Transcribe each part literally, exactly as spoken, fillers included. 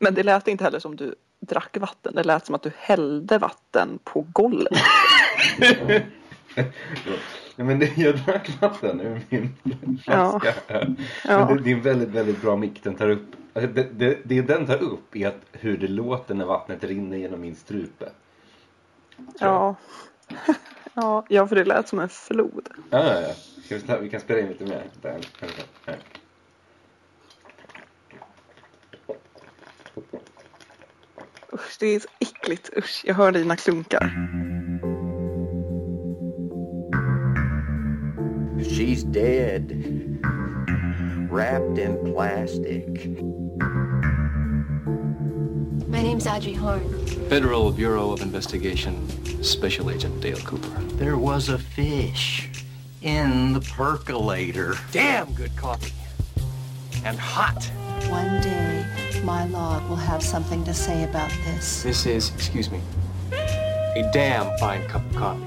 Men det lät inte heller som du drack vatten. Det lät som att du hällde vatten på golvet. Ja, men det, jag drack vatten ur min flaska. Ja. Ja. Men det, det är en väldigt, väldigt bra mick. Den tar upp, alltså det, det, det den tar upp är att hur det låter när vattnet rinner genom min strupe. Ja. ja. Ja, för det lät som en flod. Ja, ja, ja. Ska vi, ta, vi kan spela in lite mer. Där. Här. Usch, det är så äckligt. Usch, jag hör dina klunkar. She's dead, wrapped in plastic. My name's Audrey Horn. Federal Bureau of Investigation, Special Agent Dale Cooper. There was a fish in the percolator. Damn good coffee. And hot. One day, my log will have something to say about this. This is, excuse me, a damn fine cup of coffee.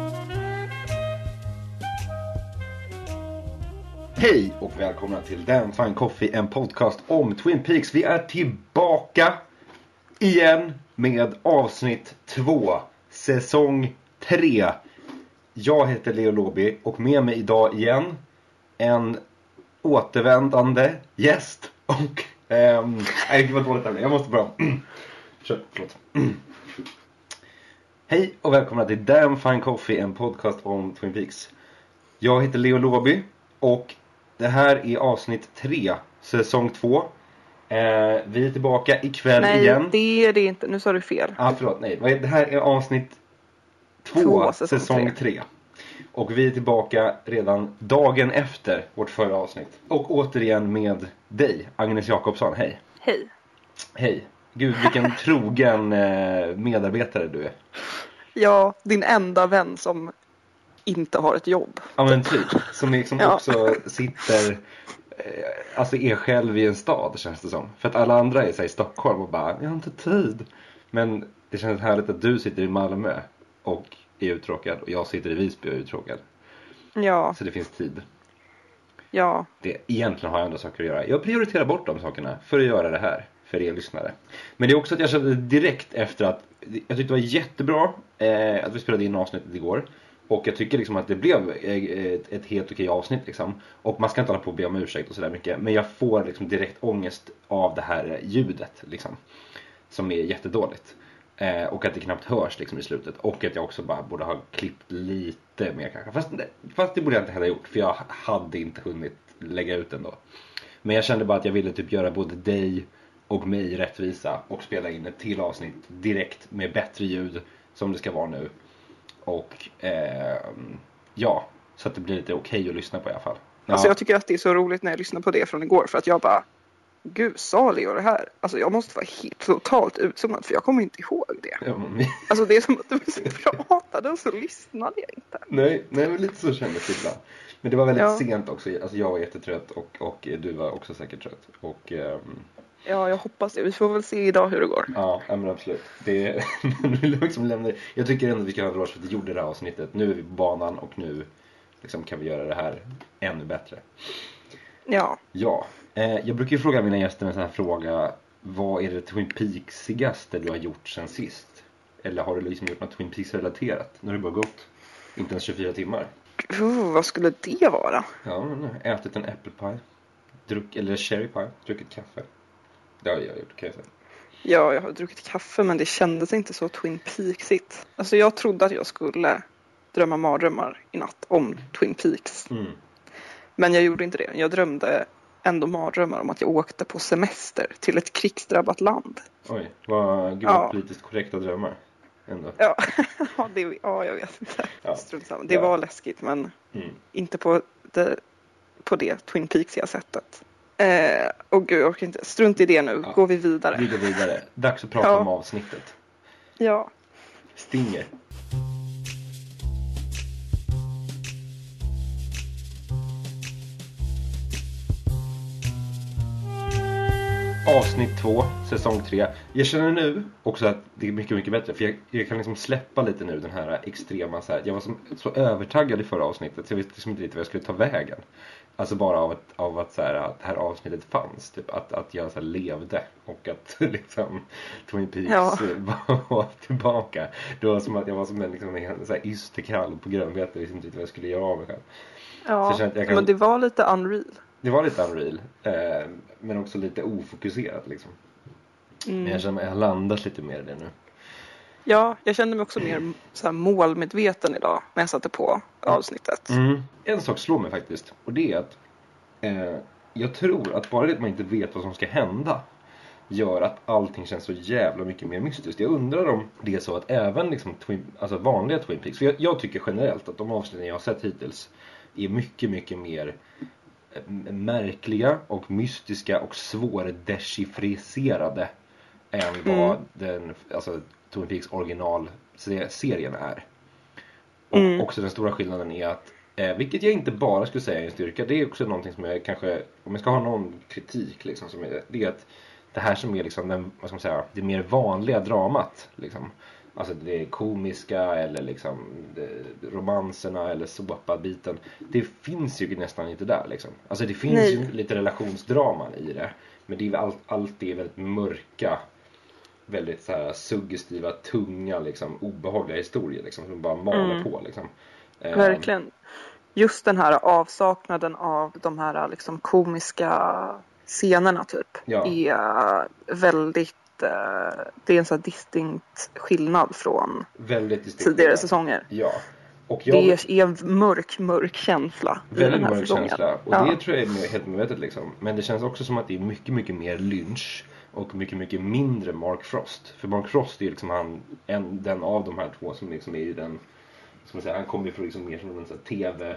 Hej och välkomna till Damn Fine Coffee, en podcast om Twin Peaks. Vi är tillbaka igen med avsnitt två, säsong tre. Jag heter Leo Lobi och med mig idag igen en återvändande gäst. Och, ehm, nej det var dåligt här, jag måste bara, kör, förlåt. Hej och välkomna till Damn Fine Coffee, en podcast om Twin Peaks. Jag heter Leo Lobi och det här är avsnitt tre, säsong två. Eh, vi är tillbaka ikväll nej, igen. Nej, det är det inte. Nu sa du fel. Ja, ah, förlåt. Nej. Det här är avsnitt två, två säsong, säsong tre. tre. Och vi är tillbaka redan dagen efter vårt förra avsnitt. Och återigen med dig, Agnes Jakobsson. Hej. Hej. Hej. Gud, vilken trogen eh, medarbetare du är. Ja, din enda vän som inte har ett jobb. Ja, men typ. Som liksom ja. också sitter, eh, alltså är själv i en stad, känns det som. För att alla andra är så här i Stockholm och bara, jag har inte tid. Men det känns härligt att du sitter i Malmö och är uttråkad. Och jag sitter i Visby och är uttråkad. Ja. Så det finsk tid. Ja. Det, egentligen har jag andra saker att göra. Jag prioriterar bort de sakerna för att göra det här. För er lyssnare. Men det är också att jag kände direkt efter att, jag tyckte det var jättebra eh, att vi spelade in avsnittet igår. Och jag tycker liksom att det blev ett, ett helt okej avsnitt liksom. Och man ska inte hålla på och be om ursäkt och sådär mycket. Men jag får liksom direkt ångest av det här ljudet liksom. Som är jättedåligt. Eh, och att det knappt hörs liksom i slutet. Och att jag också bara borde ha klippt lite mer kanske. Fast, fast det borde jag inte heller gjort. För jag hade inte hunnit lägga ut den då. Men jag kände bara att jag ville typ göra både dig och mig rättvisa. Och spela in ett till avsnitt direkt med bättre ljud som det ska vara nu. Och eh, ja, så att det blir lite okej att lyssna på i alla fall. Ja. Alltså jag tycker att det är så roligt när jag lyssnar på det från igår. För att jag bara, gud, sa Leo det här? Alltså jag måste vara helt totalt utzoomad för jag kommer inte ihåg det. Ja, men... Alltså det är som att du pratade och så lyssnade jag inte. Nej, nej men lite så kändes det ibland. Men det var väldigt ja. sent också. Alltså jag var jättetrött och, och du var också säkert trött. Och... Ehm... Ja, jag hoppas det. Vi får väl se idag hur det går. Ja, men absolut. Det liksom lämnar... Jag tycker ändå att vi ska ha en råd för att vi gjorde det här avsnittet. Nu är vi på banan och nu liksom kan vi göra det här ännu bättre. Ja. Ja. Eh, jag brukar ju fråga mina gäster en sån här fråga. Vad är det Twin Peaks-igaste du har gjort sen sist? Eller har du liksom gjort något Twin Peaks-relaterat? Nu har det bara gått inte ens tjugofyra timmar. Uh, vad skulle det vara? Ja, men ätit en apple pie. Druck, eller cherry pie. Druckit kaffe. Det har jag gjort, kan jag säga. Ja, jag har druckit kaffe men det kändes inte så Twin Peaksigt. Alltså jag trodde att jag skulle drömma mardrömmar i natt om Twin Peaks. Mm. Men jag gjorde inte det. Jag drömde ändå mardrömmar om att jag åkte på semester till ett krigsdrabbat land. Oj, vad gud, ja. politiskt korrekta drömmar. Ändå. Ja, ja, det, ja, jag vet inte. Ja. Det ja. var läskigt men mm. inte på det, på det Twin Peaks-iga sättet. Eh, och gud, jag orkar inte. Strunt i det nu. Ja. Går vi vidare. Vi går vidare. Dags att prata ja. om avsnittet. Ja. Stinger. Avsnitt två, säsong tre. Jag känner nu också att det är mycket, mycket bättre. För jag, jag kan liksom släppa lite nu den här extrema så här. Jag var som, så övertaggad i förra avsnittet. Så jag visste liksom inte riktigt vad jag skulle ta vägen. Alltså bara av att, av att, så här, att det här avsnittet fanns. Typ, att, att jag så här, levde. Och att liksom Twin Peaks Ja. var tillbaka. Det var som att jag var som en, liksom, en så här, ysterkall på grönbete. Jag visste inte vad jag skulle göra av mig själv. Ja, Så jag känner att jag kan- men det var lite unreal. Det var lite unreal. Eh, men också lite ofokuserat liksom. Men jag känner att jag har landat lite mer i det nu. Ja, jag kände mig också mer så här målmedveten idag när jag satte på avsnittet. Mm. En sak slår mig faktiskt. Och det är att eh, jag tror att bara det att man inte vet vad som ska hända gör att allting känns så jävla mycket mer mystiskt. Jag undrar om det är så att även liksom twin, alltså vanliga Twin Peaks. För jag, jag tycker generellt att de avsnitten jag har sett hittills är mycket, mycket mer eh, märkliga och mystiska och svårdechiffrerade än vad Mm. den, alltså Twin Peaks originalserien är. Och Mm. också den stora skillnaden är att, eh, vilket jag inte bara skulle säga är en styrka, det är också någonting som jag kanske, om jag ska ha någon kritik liksom, som är, det är att det här som är liksom den, vad ska man säga, det mer vanliga dramat liksom. Alltså det komiska eller liksom det, romanserna eller såpa-biten, det finns ju nästan inte där liksom. Alltså det finns Nej. ju lite relationsdraman i det, men det är allt, allt det är väldigt mörka, väldigt så här suggestiva, tunga liksom, obehagliga historier liksom, som bara maler Mm. på liksom. Eh, Verkligen. Just den här avsaknaden av de här liksom komiska scenerna typ Ja. är väldigt eh, det är en så här distinkt skillnad från väldigt distinkt. tidigare säsonger. Ja. Och jag, Det är en mörk, mörk känsla i den väldigt här mörk säsongen. känsla. Och Ja. det tror jag är helt medvetet liksom. Men det känns också som att det är mycket, mycket mer Lynch och mycket, mycket mindre Mark Frost. För Mark Frost är liksom han, en, den av de här två som liksom är ju den, som jag säger, han kommer ju från liksom mer som en sån här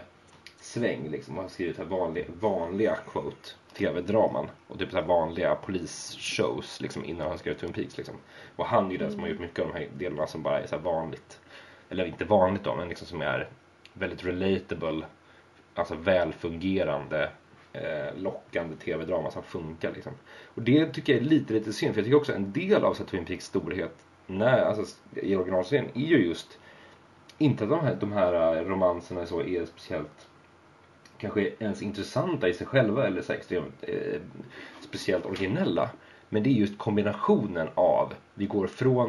tv-sväng liksom, och har skrivit här vanliga, vanliga quote tv-draman och typ så här vanliga polisshows liksom, innan han skrev Twin Peaks liksom. Och han är ju den som har gjort mycket av de här delarna som bara är så här vanligt, eller inte vanligt då, men liksom som är väldigt relatable, alltså välfungerande, eh, lockande tv-drama som funkar liksom. Och det tycker jag är lite lite synd, för jag tycker också en del av så här, Twin Peaks storhet när, alltså, i originalserien är ju just inte att de här, de här romanserna så är speciellt kanske ens intressanta i sig själva eller så extremt eh, speciellt originella, men det är just kombinationen av vi går från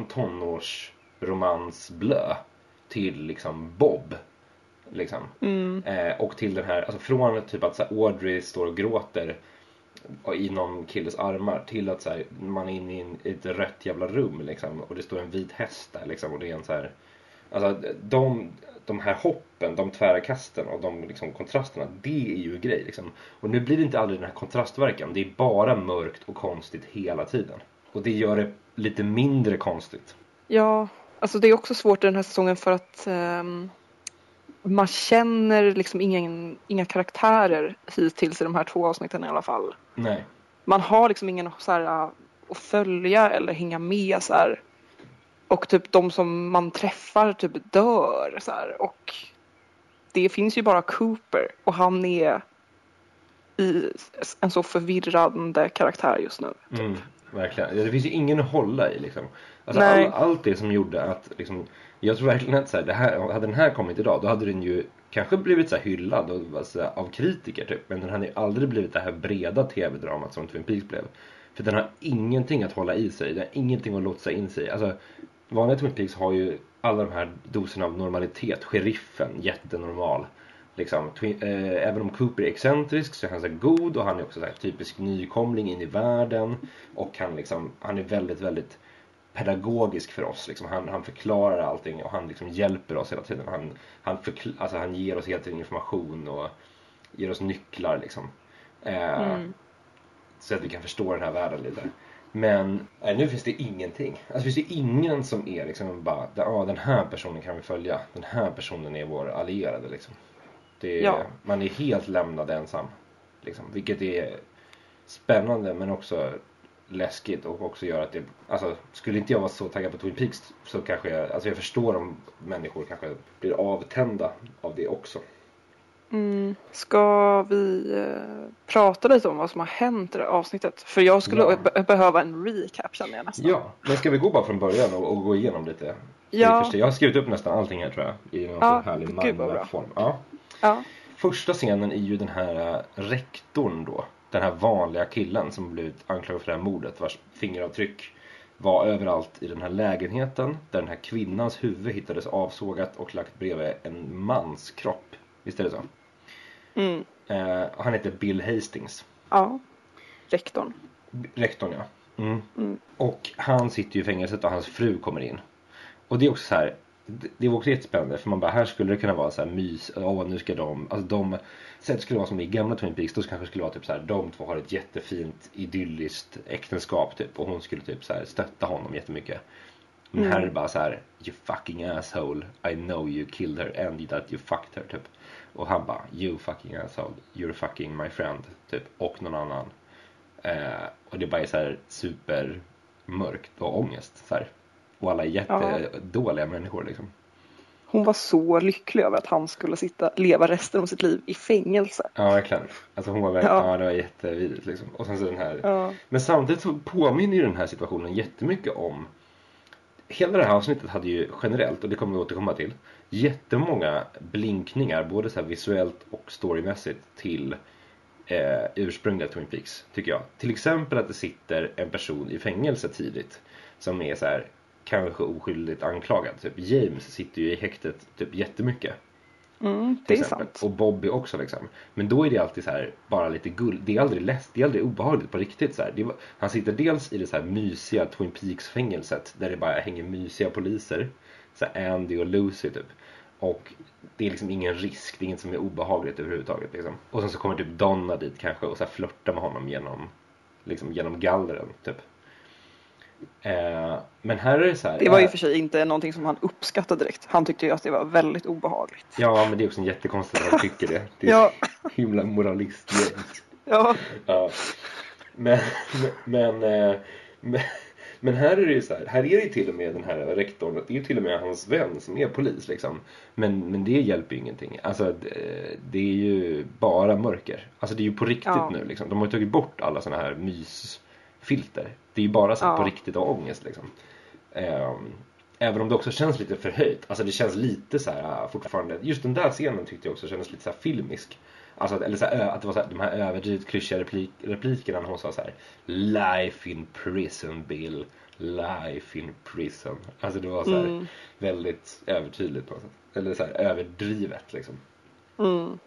tonårsromansblö till liksom Bob liksom. Mm. Eh, och till den här, alltså från typ att så här, Audrey står och gråter i någon killes armar till att så här, man är inne i en, ett rött jävla rum liksom, och det står en vit häst där liksom, och det är en så här, alltså de, de här hoppen, de tvära kasten och de liksom kontrasterna, det är ju en grej liksom. Och nu blir det inte aldrig den här kontrastverkan, det är bara mörkt och konstigt hela tiden. Och det gör det lite mindre konstigt. Ja, alltså det är också svårt i den här säsongen för att ehm, man känner liksom ingen, inga karaktärer hittills i de här två avsnitten i alla fall. Nej. Man har liksom ingen så här, uh, att följa eller hänga med så här. Och typ de som man träffar typ dör så här. Och det finns ju bara Cooper och han är i en så förvirrande karaktär just nu. Typ. Mm, verkligen. Det finns ju ingen att hålla i liksom. Alltså Nej. all, allt det som gjorde att liksom, jag tror verkligen att så här, det här, hade den här kommit idag, då hade den ju kanske blivit så här hyllad och, alltså, av kritiker typ, men den hade ju aldrig blivit det här breda tv-dramat som Twin Peaks blev. För den har ingenting att hålla i sig, den har ingenting att låta sig in sig. Alltså vanliga Twin Peaks har ju alla de här doserna av normalitet. Sheriffen, jättenormal. Liksom, twin, eh, även om Cooper är excentrisk så är han så här god, och han är också så här typisk nykomling in i världen. Och han, liksom, han är väldigt, väldigt pedagogisk för oss. Liksom. Han, han förklarar allting och han liksom hjälper oss hela tiden. Han, han, förkl- alltså, han ger oss hela tiden information och ger oss nycklar. Liksom. Eh, Mm. Så att vi kan förstå den här världen lite. Men nej, nu finns det ingenting. Alltså finns det ingen som är liksom bara, ja ah, den här personen kan vi följa. Den här personen är vår allierade liksom. Det är, Ja. Man är helt lämnad ensam. Liksom. Vilket är spännande men också läskigt och också gör att det, alltså skulle inte jag vara så taggad på Twin Peaks så kanske jag, alltså jag förstår om människor kanske blir avtända av det också. Mm. Ska vi eh, prata lite om vad som har hänt i det här avsnittet? För jag skulle Ja. be- behöva en recap känner jag nästan. Ja, men ska vi gå bara från början och, och gå igenom lite? Ja. Jag har skrivit upp nästan allting här tror jag i någon Ja, så härlig gud vad bra. form. Ja. Ja. första scenen är ju den här uh, rektorn då. Den här vanliga killen som blivit anklagad för det här mordet, vars fingeravtryck var överallt i den här lägenheten, där den här kvinnans huvud hittades avsågat och lagt bredvid en mans kropp. Visst är det så? Mm. Uh, han heter Bill Hastings. Ja, rektorn. B- rektorn, ja. Mm. Mm. Och han sitter ju i fängelset och hans fru kommer in. Och det är också så här, det, det var också jättespännande, för man bara, här skulle det kunna vara så här mys, åh nu ska de, alltså de, så det skulle vara som i gamla Twin Peaks, då kanske det skulle vara typ så här, de två har ett jättefint idylliskt äktenskap typ, och hon skulle typ så här stötta honom jättemycket. Men Mm. här är det bara så här, you fucking asshole, I know you killed her and that you fucked her typ. Och han bara, you fucking asshole, you're fucking my friend typ, och någon annan. Eh, och det bara är så här super mörkt och ångest så här. Och alla är jättedåliga ja. människor liksom. Hon var så lycklig över att han skulle sitta, leva resten av sitt liv i fängelse. Ja, verkligen. Alltså hon var verkligen, ja, ja det var jättevidrigt liksom. Och sen så den här. Ja. Men samtidigt så påminner ju den här situationen jättemycket om, hela det här avsnittet hade ju generellt, och det kommer vi återkomma till, jättemånga blinkningar, både så här visuellt och storymässigt, till eh, ursprungliga Twin Peaks, tycker jag. Till exempel att det sitter en person i fängelse tidigt som är så här kanske oskyldigt anklagad. Typ James sitter ju i häktet typ jättemycket. Mm, det är sant. Och Bobby också liksom. Men då är det alltid så här bara lite gull. Det är aldrig läst, det är aldrig obehagligt på riktigt så här. Det är, han sitter dels i det så här mysiga Twin Peaks fängelset där det bara hänger mysiga poliser, så här Andy och Lucy typ. Och det är liksom ingen risk, det är inget som är obehagligt överhuvudtaget liksom. Och sen så kommer typ Donna dit kanske och så här flörtar med honom genom liksom genom gallren typ. Eh, men här är det så här. Det var ju eh, för sig inte någonting som han uppskattade direkt. Han tyckte ju att det var väldigt obehagligt. Ja, men det är också en jättekonstigt att han tycker det. Det är Ja. himla moralist. Ja. Ja. Men, men, eh, men, men här är det ju så här. Här är det ju till och med den här rektorn. Det är ju till och med hans vän som är polis liksom. Men, men det hjälper ju ingenting. Alltså det, det är ju bara mörker. Alltså det är ju på riktigt Ja. nu liksom. De har ju tagit bort alla såna här mysfilter. Det är ju bara så här Ja. på riktigt och ångest liksom. Um, Även om det också känns lite förhöjt. Alltså det känns lite så här fortfarande. Just den där scenen tyckte jag också kändes lite så här filmisk. Alltså eller så här, att det var så här, de här överdrivet klyschiga replik, replikerna när hon sa så här: life in prison, Bill. Life in prison. Alltså det var så här Mm. väldigt övertydligt på något sätt. Eller så här överdrivet liksom. Mm.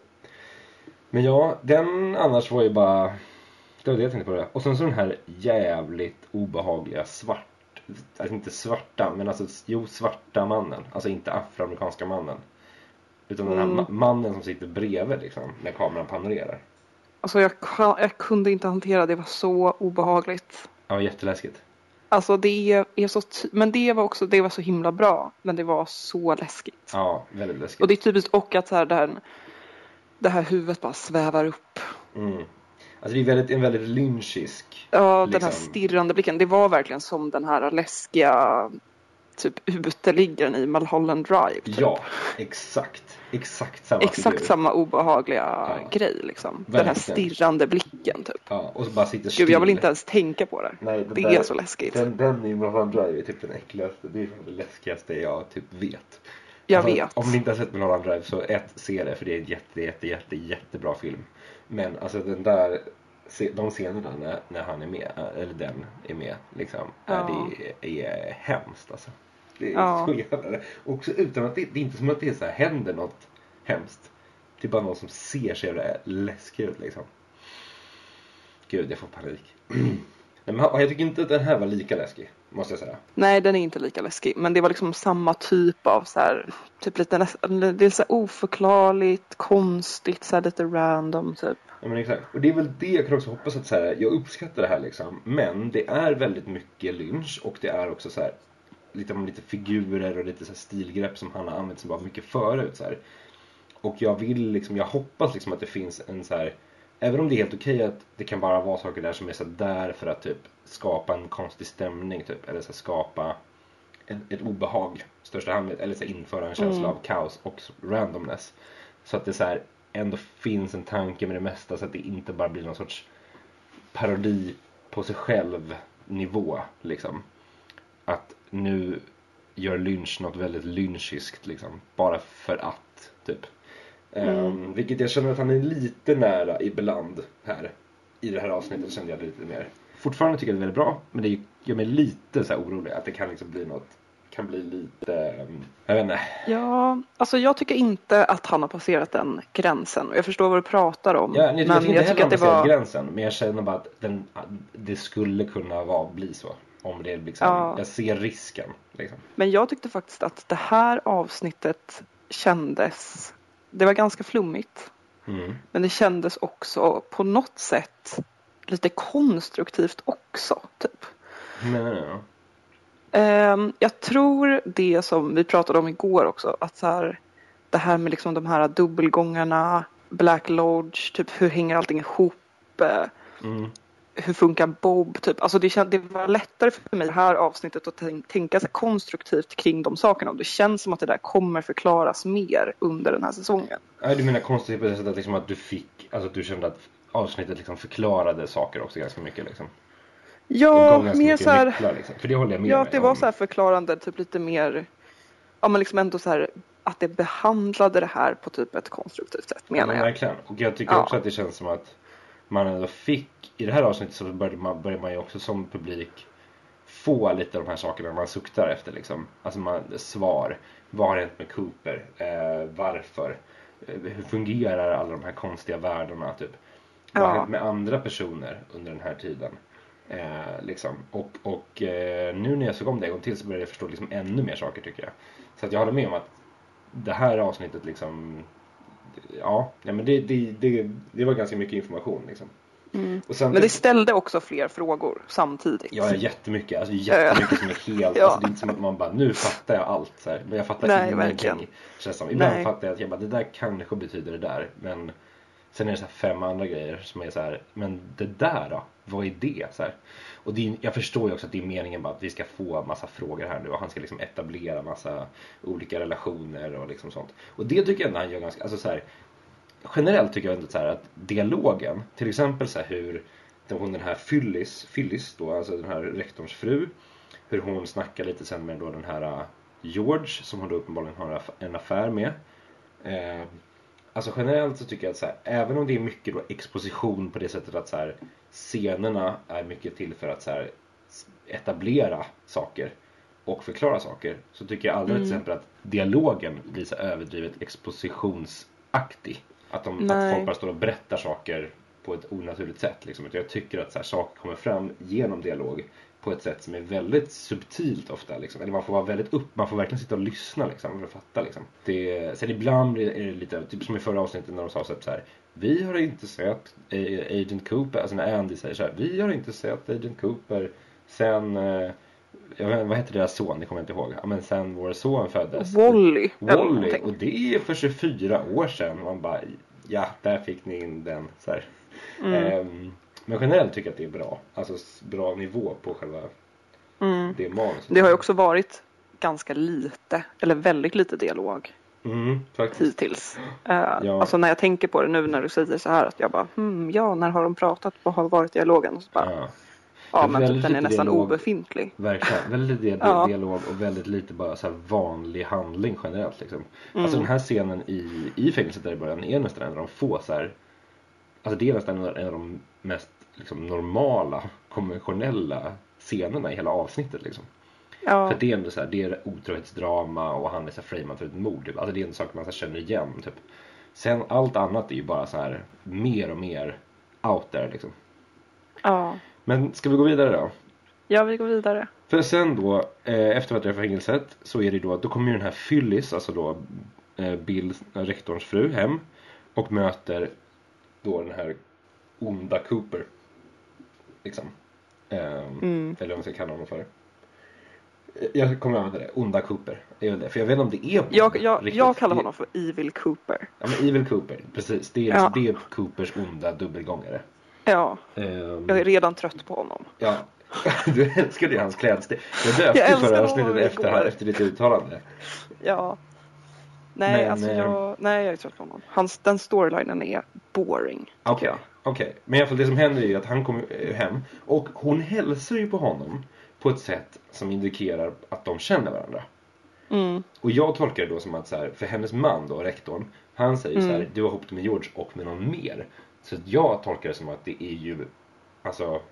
Men ja, den annars var ju bara, det var det jag tänkte på det. Och sen så den här jävligt obehagliga svart, alltså inte svarta, men alltså jo svarta mannen. Alltså inte afroamerikanska mannen. Utan den här Mm. ma- mannen som sitter bredvid liksom, när kameran panorerar. Alltså jag, jag kunde inte hantera det, det var så obehagligt. Ja, jätteläskigt. Alltså det är så ty- men det var också det var så himla bra, men det var så läskigt. Ja, väldigt läskigt. Och det är typiskt, och att så här, det, här, det här huvudet bara svävar upp. Mm. Alltså det är väldigt, en väldigt lynchisk. Ja, den liksom. här stirrande blicken. Det var verkligen som den här läskiga typ uteliggaren i Mulholland Drive. Typ. Ja, exakt. Exakt samma Exakt figur. samma obehagliga Ja. grej liksom. Den här Verkligen. stirrande blicken typ. Ja, och så bara sitter still. Gud, jag vill inte ens tänka på det. Nej, det där, är så läskigt. Den, den i Mulholland Drive är typ den äckligaste. Det är det läskigaste jag typ vet. Jag Alltså, vet. Om ni inte har sett Mulholland Drive så ett, se det. För det är en jätte, jätte, jätte, jättebra film. Men alltså den där, de scenerna när, när han är med, eller den är med liksom. Ja. Det är, är hemskt alltså. Det är Ja. så jävla. Också utan att det, det är inte som att det är så här, händer något hemskt. Det är bara någon som ser så jävla läskig ut liksom. Gud, jag får panik. Nej, men jag tycker inte att den här var lika läskig, måste jag säga. Nej, den är inte lika läskig. Men det var liksom samma typ av så här, typ lite nästan, det är så här oförklarligt, konstigt, så här lite random typ. Ja, men exakt. Och det är väl det jag kan också hoppas att så här, jag uppskattar det här liksom. Men det är väldigt mycket lynch och det är också så här lite, lite figurer och lite så här stilgrepp som han har använt så bara mycket förut så här. Och jag vill liksom, jag hoppas liksom att det finns en så här, även om det är helt okej att det kan bara vara saker där som är så där för att typ skapa en konstig stämning typ, eller så skapa ett, ett obehag största handlet, eller så införa en känsla Mm. av kaos och randomness, så att det så här ändå finns en tanke med det mesta, så att det inte bara blir någon sorts parodi på sig själv nivå liksom, att nu gör Lynch något väldigt lynchiskt liksom, bara för att typ. Mm. Um, vilket jag känner att han är lite nära ibland här. I det här avsnittet kände jag lite mer. Fortfarande tycker jag det är väldigt bra. Men det gör mig lite så här orolig. Att det kan liksom bli något. Kan bli lite. Um, jag vet inte. Ja, alltså jag tycker inte att han har passerat den gränsen. Och jag förstår vad du pratar om. Ja, jag, jag men tycker jag tycker att det var. Gränsen, men jag känner bara att den, det skulle kunna vara, bli så. Om det liksom. Ja. Jag ser risken. Liksom. Men jag tyckte faktiskt att det här avsnittet kändes. Det var ganska flummigt. Mm. Men det kändes också på något sätt lite konstruktivt också, typ. Nej, nej, nej. Um, jag tror det som vi pratade om igår också, att så här, det här med liksom de här dubbelgångarna, Black Lodge, typ hur hänger allting ihop, mm. hur funkar Bob, typ. Alltså det, känd, det var lättare för mig det här avsnittet att tänk, tänka sig konstruktivt kring de sakerna, och det känns som att det där kommer förklaras mer under den här säsongen. Ja, du menar konstruktivt på det sättet att, liksom att du fick, alltså att du kände att avsnittet liksom förklarade saker också ganska mycket liksom. Ja, mer så här, nycklar, liksom. För det håller jag med ja, med det var om. så här förklarande, typ lite mer, ja men liksom ändå så här att det behandlade det här på typ ett konstruktivt sätt, menar ja, jag. Verkligen. Och jag tycker ja. också att det känns som att man ändå fick, i det här avsnittet så började man, började man ju också som publik få lite av de här sakerna man suktar efter liksom. Alltså man, svar, vad har hänt med Cooper, eh, varför, eh, hur fungerar alla de här konstiga världarna typ. Vad har hänt med andra personer under den här tiden. Eh, liksom. Och, och eh, nu när jag såg om det en gång till så började jag förstå liksom ännu mer saker, tycker jag. Så att jag håller med om att det här avsnittet liksom, ja, ja men det, det, det, det var ganska mycket information liksom. Mm. Och sen, men det ställde också fler frågor samtidigt. Ja, jättemycket. Alltså jättemycket som är helt, ja. Alltså det är inte som att man bara, nu fattar jag allt så här. Men jag fattar Nej, ingenting. Ibland Nej. fattar jag att jag bara, det där kanske betyder det där. Men sen är det så här fem andra grejer som är så här, men det där då? Vad är det? Så här. Och det är, jag förstår ju också att det är meningen bara att vi ska få massa frågor här nu. Och han ska liksom etablera massa olika relationer och liksom sånt. Och det tycker jag ändå han gör ganska, alltså så här, generellt tycker jag ändå så här att dialogen, till exempel så här hur hon, den här Phyllis, Phyllis då, alltså den här rektorns fru, hur hon snackar lite sen med då den här George som hon då uppenbarligen har en affär med. Eh, alltså generellt så tycker jag att så här, även om det är mycket då exposition på det sättet att så här, scenerna är mycket till för att så här, etablera saker och förklara saker, så tycker jag aldrig mm. till exempel att dialogen blir så överdrivet expositionsaktig. Att, de, att folk bara står och berättar saker på ett onaturligt sätt. Liksom. Jag tycker att så här, saker kommer fram genom dialog på ett sätt som är väldigt subtilt ofta. Liksom. Eller man får vara väldigt upp, man får verkligen sitta och lyssna liksom, för att fatta. Liksom. Det, sen ibland är det lite, typ som i förra avsnittet när de sa så här: vi har inte sett Agent Cooper, alltså när Andy säger så här: vi har inte sett Agent Cooper sen, jag vet, vad heter deras son, det kommer jag inte ihåg. Ja, men sen vår son föddes. Wally. Wally, och det är för tjugofyra år sedan. Man bara, ja, där fick ni in den. Så här. Mm. Um, men generellt tycker jag att det är bra. Alltså bra nivå på själva mm. det manuset. Det har ju också varit ganska lite, eller väldigt lite dialog. Mm, faktiskt. Hittills. Uh, ja. Alltså när jag tänker på det nu när du säger så här, att jag bara, hmm, ja, när har de pratat? Vad har varit dialogen? Och så bara, ja. Ja, men typ den är nästan dialog, obefintlig. Verkligen, väldigt lite ja. dialog och väldigt lite bara så här vanlig handling generellt liksom. Mm. Alltså den här scenen i, i fängelset där i början är nästan en av de få så här, alltså det är nästan en av de mest liksom, normala, konventionella scenerna i hela avsnittet liksom. Ja. För det är ändå så här, det är otrohetsdrama och han är så framad för ett mord typ. Alltså det är en sak man så känner igen typ. Sen allt annat är ju bara så här mer och mer out there liksom. Ja. Men ska vi gå vidare då? Ja, vi går vidare. För sen då, eh, efter att jag är fängelset, så är det då, då kommer ju den här Phyllis, alltså då eh, Bill, rektorns fru, hem och möter då den här onda Cooper. Liksom. Eh, mm. Eller vad man ska kalla honom för. Jag kommer att använda det, onda Cooper. Jag vet, för jag vet inte om det är... Jag, jag, jag kallar honom för Evil Cooper. Ja, men Evil Cooper, precis. Det är, ja. det är Coopers onda dubbelgångare. Ja, um, jag är redan trött på honom. Ja, du älskade ju hans klädstil. Jag döpte jag förra avsnittet efter, här, efter ditt uttalande. Ja. Nej, men, alltså eh, jag, nej, jag är trött på honom. Hans, den storylinen är boring. Okej, okay, okej. Okay. Men i alla fall det som händer är ju att han kommer hem och hon hälsar ju på honom på ett sätt som indikerar att de känner varandra. Mm. Och jag tolkar det då som att så här, för hennes man då, rektorn, han säger Mm. så här, du har ihop det med George och med någon mer. Så att jag tolkar det som att det är ju, alltså,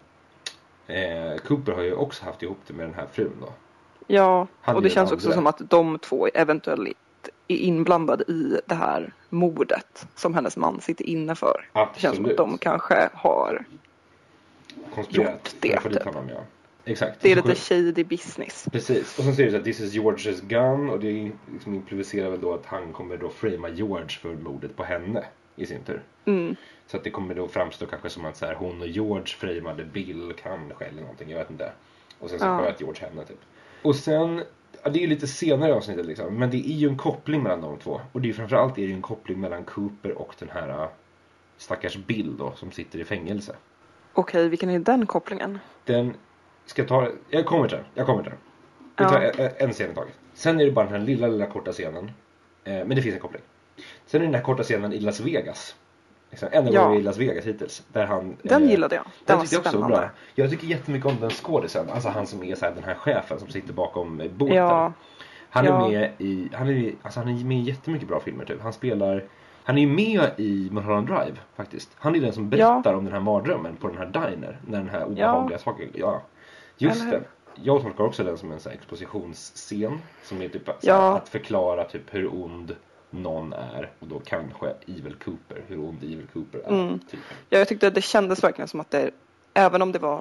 eh, Cooper har ju också haft ihop det med den här frun då. Ja, Han och är det den känns också andra. som att de två eventuellt är inblandade i det här mordet som hennes man sitter inne för. Absolut. Det känns som att de kanske har Konspirerat. gjort det, för att få dit typ. honom, ja. Exakt. Det är Och så- lite shady business. Precis. Och sen säger det så att this is Georges gun. Och det liksom implicerar väl då att han kommer då framea George för mordet på henne i sin tur. Mm. Så att det kommer då framstå kanske som att så här, hon och George framade Bill kanske eller någonting, jag vet inte. Och sen så Ja. sköt George henne typ. Och sen, ja, det är ju lite senare i avsnittet liksom. Men det är ju en koppling mellan de två. Och det är ju framförallt är det ju en koppling mellan Cooper och den här äh, stackars Bill då som sitter i fängelse. Okej, vilken är den kopplingen? Den ska ta, jag kommer till den, jag kommer till den. Vi Ja. tar en, en scen i taget. Sen är det bara den här lilla, lilla korta scenen. Eh, men det finns en koppling. Sen är det den här korta scenen i Las Vegas. Liksom, enda Ja. gången i Las Vegas hittills. Där han, Den eh, gillade jag. Den Den var tyckte jag också var spännande. bra. Jag tycker jättemycket om den skådisen. Alltså han som är så här, den här chefen som sitter bakom eh, bordet. Ja. Han är Ja. med i, han är, alltså han är med i jättemycket bra filmer typ. Han spelar, han är ju med i Mulholland Drive faktiskt. Han är den som berättar om den här mardrömmen på den här diner. När den här obehagliga saken, ja. Just Eller det. hur? Jag tolkar också den som en så här expositionsscen. Som är typ så här, Ja. att förklara typ hur ond någon är. Och då kanske Evil Cooper, hur ond Evil Cooper är. Mm. Typ. Ja, jag tyckte att det kändes verkligen som att det, även om det var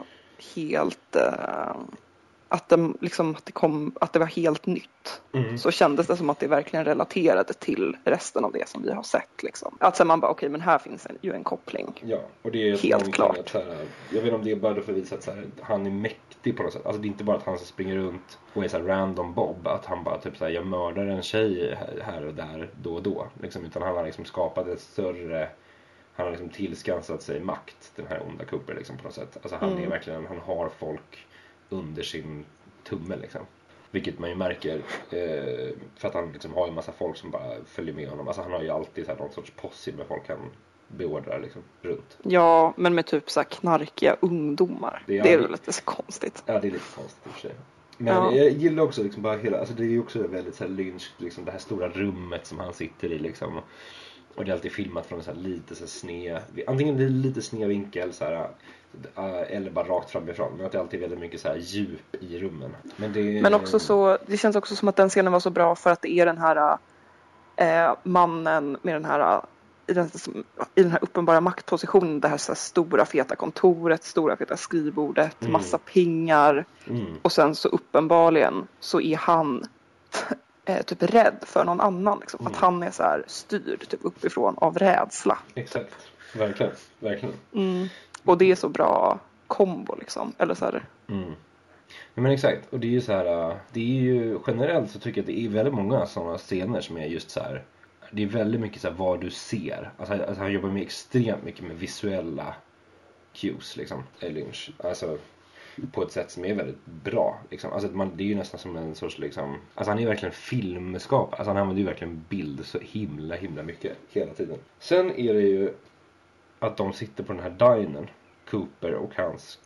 helt, eh, att, det, liksom, att, det kom, att det var helt nytt, Mm. så kändes det som att det verkligen relaterade till resten av det som vi har sett. Liksom. Att sen man bara, okej, men här finns en, ju en koppling. Ja, och det är Helt någonting klart. Att, så här, jag vet inte om det är bara för att visa att så här, han är mäktig på något sätt. Alltså det är inte bara att han springer runt och är så här random Bob. Att han bara typ så här, jag mördar en tjej här, här och där då och då. Liksom, utan han har liksom skapat ett större, han har liksom tillskansat sig makt, den här onda Cooper liksom, på något sätt. Alltså han är verkligen, han har folk under sin tumme liksom. Vilket man ju märker, eh, för att han liksom har en massa folk som bara följer med honom. Alltså han har ju alltid så här någon sorts posse med folk han beordrar liksom runt. Ja, men med typ så här knarkiga ungdomar. Det är Det är, aldrig- väl lite så konstigt. Ja, det är lite konstigt i och för sig. Men Ja. jag gillar också liksom bara hela, alltså det är ju också väldigt så här Lynch, liksom det här stora rummet som han sitter i liksom. Och det är alltid filmat från en så här lite så här sned, antingen det är lite sned vinkel så här, äh, eller bara rakt framifrån. Men att det är alltid väldigt mycket så här djup i rummen. Men, det, Men också så, det känns också som att den scenen var så bra för att det är den här eh, mannen med den här i den, i den här uppenbara maktpositionen, det här, så här stora feta kontoret, stora feta skrivbordet, Mm. massa pengar, Mm, och sen så uppenbarligen så är han eh, typ rädd för någon annan liksom. Mm. Att han är så här styrd typ uppifrån av rädsla. exakt, verkligen, verkligen. Mm. Och det är så bra kombo liksom, eller så här. Mm. Ja, men exakt, och det är ju så här, äh, det är ju generellt så tycker jag att det är väldigt många sådana scener som är just så här. Det är väldigt mycket så här vad du ser. Alltså, alltså han jobbar med extremt mycket med visuella cues liksom, Lynch. Alltså på ett sätt som är väldigt bra liksom. Alltså man, det är ju nästan som en sorts liksom, alltså han är verkligen filmskapare. Alltså han använder ju verkligen bild så himla himla mycket hela tiden. Sen är det ju att de sitter på den här dinern, Cooper och hans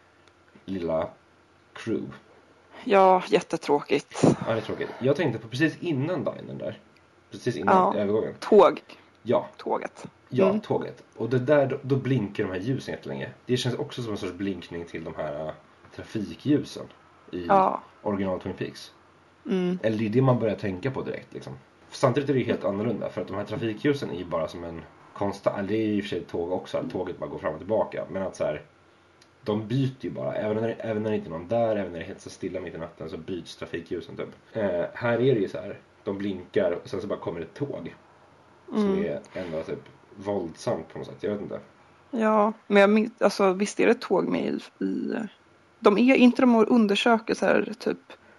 lilla crew. Ja, jättetråkigt. Ja, det är tråkigt. Jag tänkte på precis innan dinern där. Precis innan Ja. övergången. Tåg, Ja, tåget. ja, Mm. tåget. Och det där, då, då blinkar de här ljusen jättelänge. Det känns också som en sorts blinkning till de här uh, trafikljusen i Ja. original Twin Peaks. Mm. Eller det är det man börjar tänka på direkt liksom. Samtidigt är det helt annorlunda, för att de här trafikljusen är ju bara som en konstant, det är i och för sig tåg också, att tåget bara går fram och tillbaka, men att så här, de byter ju bara, även när, även när det inte är någon där, även när det är helt så stilla mitt i natten, så byts trafikljusen typ. Eh, här är det ju så här, de blinkar och sen så bara kommer ett tåg som är ändå typ våldsamt på något sätt, jag vet inte. Ja, men jag min- alltså, visst är det ett tåg med i, i de är inte de och undersöker så här typ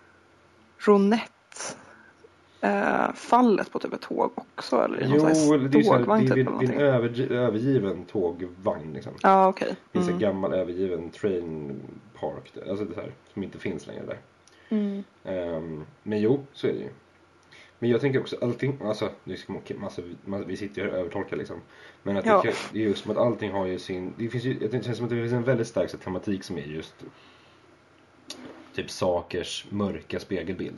Ronette eh, fallet på typ ett tåg också, eller Jo, någon det är, så här, det tågvagn är typ, vid, eller vid en någonting. övergi- övergiven tågvagn liksom. Ja, okej. Det finns Mm. en gammal övergiven train park där, alltså det här, som inte finns längre där. Mm. Um, men jo, så är det ju. Men jag tänker också allting, alltså nu ska man, massa, massa, vi sitter ju här och övertolkar liksom. Men att Ja. det, det är just som att allting har ju sin, det finns ju, jag tänker, det känns som att det finns en väldigt stark så, tematik som är just typ sakers mörka spegelbild.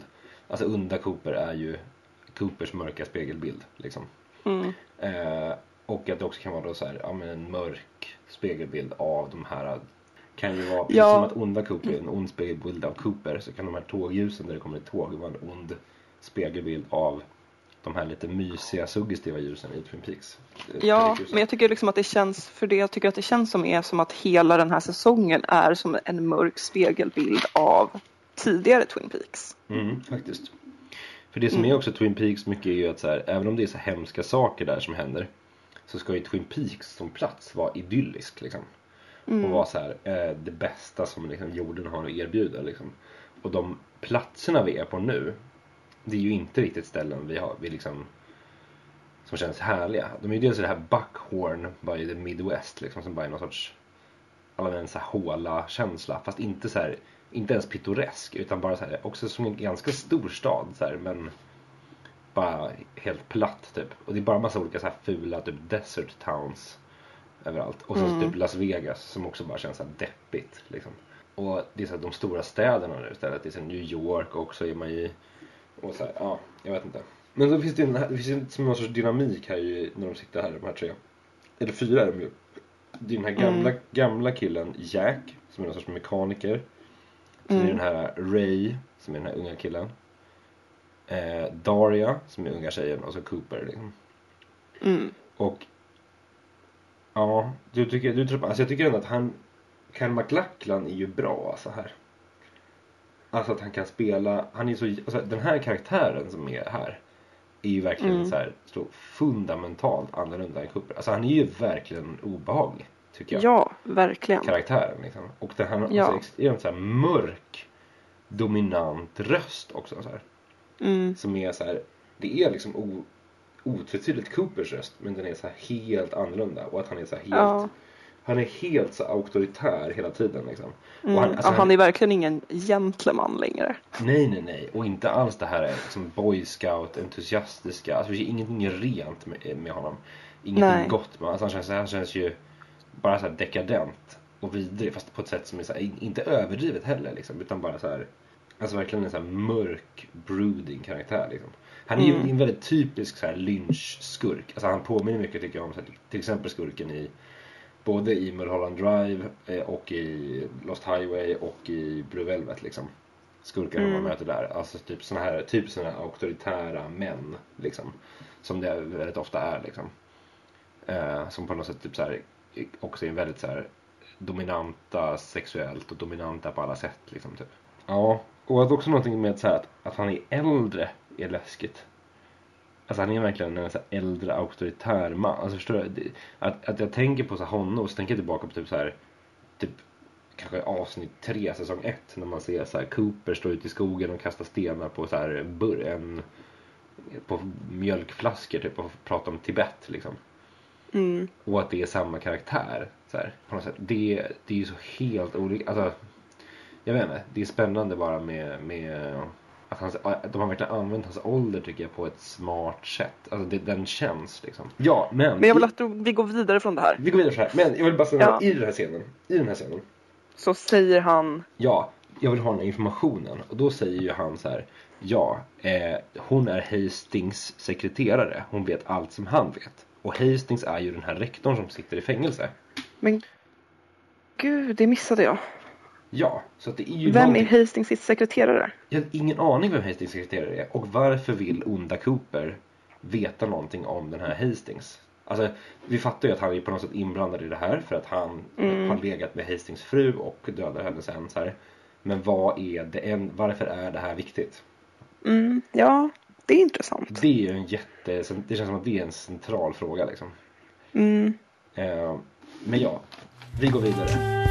Alltså onda Cooper är ju Coopers mörka spegelbild liksom. Mm. Eh, och att det också kan vara då så här, ja, men en mörk spegelbild av de här, kan ju vara precis Ja. som att onda Cooper är en ond spegelbild av Cooper, så kan de här tågljusen där det kommer ett tåg vara en ond spegelbild av de här lite mysiga suggestiva ljusen i Twin Peaks. Ja, men jag tycker liksom att det känns, för det jag tycker att det känns som är som att hela den här säsongen är som en mörk spegelbild av tidigare Twin Peaks. Mm, faktiskt. För det som är också Twin Peaks mycket är ju att så här, även om det är så hemska saker där som händer, så ska ju Twin Peaks som plats vara idyllisk liksom. Mm. Och vara så här, eh, det bästa som liksom jorden har att erbjuda liksom. Och de platserna vi är på nu, det är ju inte riktigt ställen vi har, vi liksom, som känns härliga. De är ju dels det här Buckhorn by the Midwest liksom, som bara är någon sorts alla en så här håla känsla, fast inte så här, inte ens pittoresk, utan bara så här, också som en ganska stor stad så här, men bara helt platt typ. Och det är bara massa olika så här fula typ desert towns överallt. Och så mm. typ Las Vegas som också bara känns så här deppigt liksom. Och det är så här, de stora städerna nu istället, det är så här, New York också är man i. Och så här, ja, jag vet inte. Men så finns det ju, det finns ju som någon sorts dynamik här ju, när de sitter här, de här tre. Eller fyra är de ju. Det är den här gamla, mm. gamla killen Jack, som är någon sorts mekaniker. Sen mm. är den här Ray, som är den här unga killen. Eh, Daria, som är unga tjejen. Och så Cooper liksom. Mm. Och ja, du tycker, du tror, alltså jag tycker ändå att han, Kyle MacLachlan är ju bra alltså här. Alltså att han kan spela, han är så, alltså den här karaktären som är här är ju verkligen mm. så här så fundamentalt annorlunda än Cooper. Alltså han är ju verkligen obehaglig, tycker jag. Ja, verkligen. Karaktären liksom. Och den här ja. alltså, extremt så här mörk, dominant röst också så här. Mm. Som är så här, det är liksom o, otvetydigt Coopers röst, men den är så här helt annorlunda. Och att han är så här helt ja. Han är helt så auktoritär hela tiden liksom. Mm. Och han, alltså, ja, han är verkligen ingen gentleman längre. Nej, nej, nej. Och inte alls det här är liksom boy scout, entusiastiska. Alltså det är ingenting rent med, med honom. Ingenting nej. gott med. Alltså han känns, han känns ju bara så här dekadent och vidrig, fast på ett sätt som är så här, inte överdrivet heller liksom, utan bara så här, alltså verkligen en så här mörk, brooding karaktär liksom. Han är mm. ju en väldigt typisk så här lynch-skurk. Alltså han påminner mycket tycker jag om så här, till exempel skurken i både i Mulholland Drive eh, och i Lost Highway och i Blue Velvet liksom. Skurkar mm. man möter där. Alltså typ såna här typ såna här auktoritära män liksom, som det väldigt ofta är liksom. Eh, som på något sätt typ så här också är väldigt så här dominanta sexuellt och dominanta på alla sätt liksom typ. Ja, och att också någonting med så här att, att han är äldre är läskigt. Alltså han är verkligen en så här äldre auktoritär man. Alltså förstår du? Att, att jag tänker på så här honom och så tänker jag tillbaka på typ så här typ kanske avsnitt tre säsong ett när man ser så här Cooper stå ute i skogen och kasta stenar på så här bur, en på mjölkflaskor typ och prata om Tibet liksom. Mm. Och att det är samma karaktär så här, på något sätt. Det, det är ju så helt olika. Alltså, jag vet inte. Det är spännande bara med, med att, hans, att de har verkligen använt hans ålder tycker jag på ett smart sätt. Alltså det, den känns liksom. Ja, men... Men jag vill att vi går vidare från det här. Vi går vidare från det här. Men jag vill bara säga ja. i den här scenen. I den här scenen. Så säger han... Ja, jag vill ha den här informationen. Och då säger ju han så här. Ja, eh, hon är Hastings sekreterare. Hon vet allt som han vet. Och Hastings är ju den här rektorn som sitter i fängelse. Men gud, det missade jag. Ja, så att det är ju vem någonting... är Hastings sitt sekreterare? Jag har ingen aning vem Hastings sekreterare är. Och varför vill onda Cooper veta någonting om den här Hastings? Alltså, vi fattar ju att han är på något sätt inblandad i det här. För att han mm. har legat med Hastings fru och dödar henne sen så här. Men vad är det en... varför är det här viktigt? Mm, ja, det är intressant. Det är ju en jätte... Det känns som att det är en central fråga liksom. Mm. Eh, men ja, vi går vidare.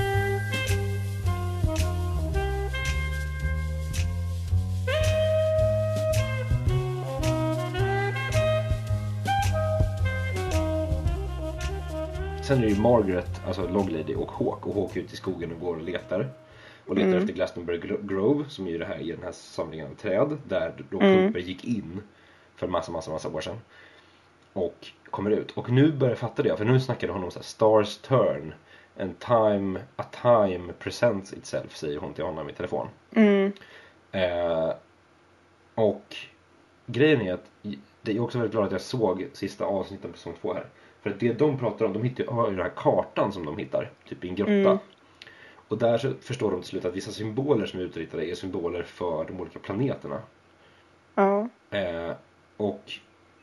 Sen är det ju Margaret, alltså Loglady och Hawk. Och Hawk är ute i skogen och går och letar. Och letar mm. efter Glastonbury Grove, som är ju det här, i den här samlingen av träd. Där då mm. Cooper gick in för massa, massa, massa år sedan. Och kommer ut. Och nu börjar jag fatta det. För nu snackade hon om så här, Stars turn. And time, a time presents itself, säger hon till honom i telefon. Mm. Eh, Och grejen är att det är också väldigt glad att jag såg sista avsnitten på säsong två här. För att det de pratar om, de hittar, har ju den här kartan som de hittar, typ i en grotta. Mm. Och där så förstår de till slut att vissa symboler som är utritade är symboler för de olika planeterna. Ja. Eh, och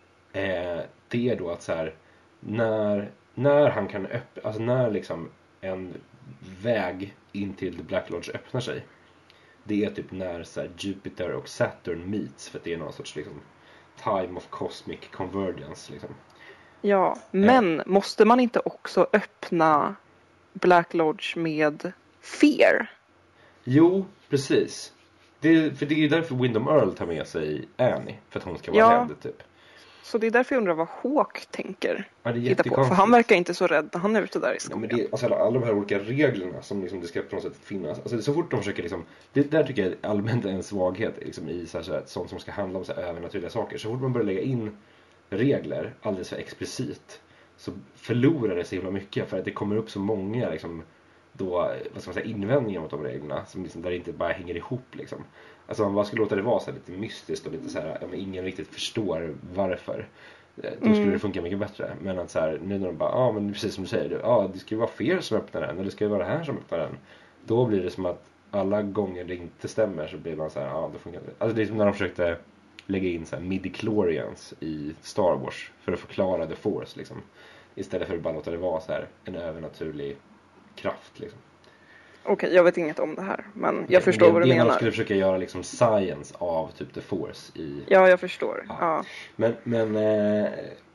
eh, det är då att så här, när, när han kan öppna, alltså när liksom en väg in till The Black Lodge öppnar sig. Det är typ när så här, Jupiter och Saturn meets, för att det är någon sorts liksom time of cosmic convergence liksom. Ja, men eh. måste man inte också öppna Black Lodge med Fear? Jo, precis. Det, för det är ju därför Windom Earl tar med sig Annie, för att hon ska vara ja. rädd typ. Så det är därför jag undrar vad Hawk tänker ja, det är hitta på. För han verkar inte så rädd när han är ute där i skogen. Ja, men det, alltså alla, alla de här olika reglerna som liksom det ska på något sätt finnas. Alltså så fort de försöker liksom, det där tycker jag allmänt är en svaghet liksom, i så här, så här, sånt som ska handla om så här, övernaturliga saker. Så fort man börjar lägga in regler alldeles för explicit så förlorar det så himla mycket. För att det kommer upp så många liksom, då, vad ska man säga, invändningar mot de reglerna som liksom, där det inte bara hänger ihop liksom. Alltså man bara skulle låta det vara så här lite mystiskt och lite så här, ja, men ingen riktigt förstår varför. Då skulle mm. det funka mycket bättre. Men att så här, nu när de bara, ja ah, men precis som du säger, ja ah, det ska ju vara fel som öppnar den, eller det ska ju vara det här som öppnar den. Då blir det som att alla gånger det inte stämmer så blir man så här, ja ah, det funkar inte. Alltså det är som när de försökte lägga in så här midi-chlorians i Star Wars för att förklara The Force liksom. Istället för att bara låta det vara så här en övernaturlig kraft liksom. Okej, okay, jag vet inget om det här, men jag okay, förstår det, vad du det menar. Det skulle försöka göra liksom science av typ The Force i... Ja, jag förstår. Ja. Ja. Men, men eh,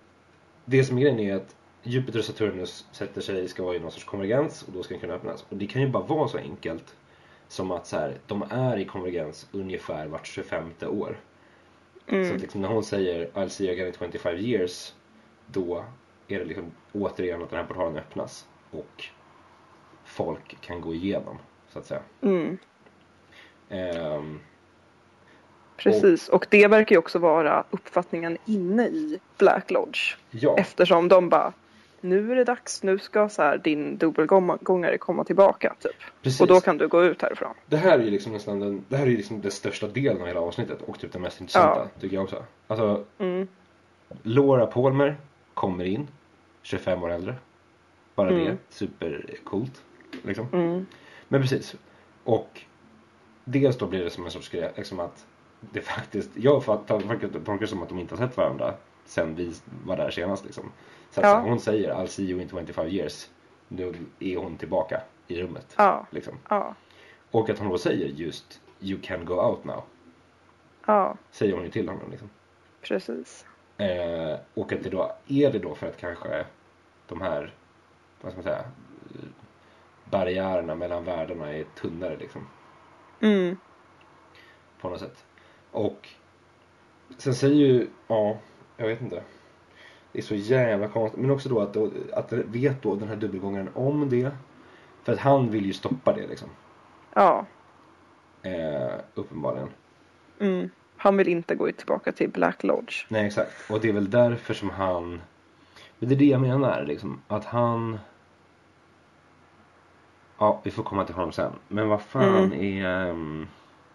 det som är grejen är att Jupiter och Saturnus sätter sig, ska vara i någon sorts konvergens och då ska den kunna öppnas. Och det kan ju bara vara så enkelt som att så här, de är i konvergens ungefär vart tjugofemte år. Mm. Så att liksom, när hon säger I'll see you again in twenty-five years, då är det liksom återigen att den här portalen öppnas och folk kan gå igenom, så att säga. Mm. Um, Precis, och, och det verkar ju också vara uppfattningen inne i Black Lodge. Ja. Eftersom de bara, nu är det dags, nu ska så här din dubbelgångare komma tillbaka typ. Precis. Och då kan du gå ut härifrån. Det här är ju liksom nästan den, det här är ju liksom den största delen av hela avsnittet och typ den mest intressanta, ja. Tycker jag också. Alltså, mm. Laura Palmer kommer in, tjugofem år äldre. Bara mm. det, supercoolt. Liksom. Mm. Men precis. Och dels då blir det som en sorts grej, liksom att det faktiskt, jag tolkar det som att de inte har sett varandra sen vi var där senast liksom. Så att ja. Hon säger I'll see you in twenty-five years. Nu är hon tillbaka i rummet. Ja. Liksom. Ja. Och att hon då säger just you can go out now. Ja. Säger hon ju till honom liksom. Precis. Eh, och att det då är det då för att kanske de här, vad ska man säga, barriärerna mellan världarna är tunnare liksom. Mm. På något sätt. Och sen säger ju, ja, jag vet inte. Det är så jävla konstigt. Men också då att, då, att vet då den här dubbelgångaren om det. För att han vill ju stoppa det liksom. Ja. Eh, uppenbarligen. Mm. Han vill inte gå tillbaka till Black Lodge. Nej, exakt. Och det är väl därför som han... Men det är det jag menar liksom. Att han... Ja, vi får komma till honom sen. Men vad fan mm. är... Um...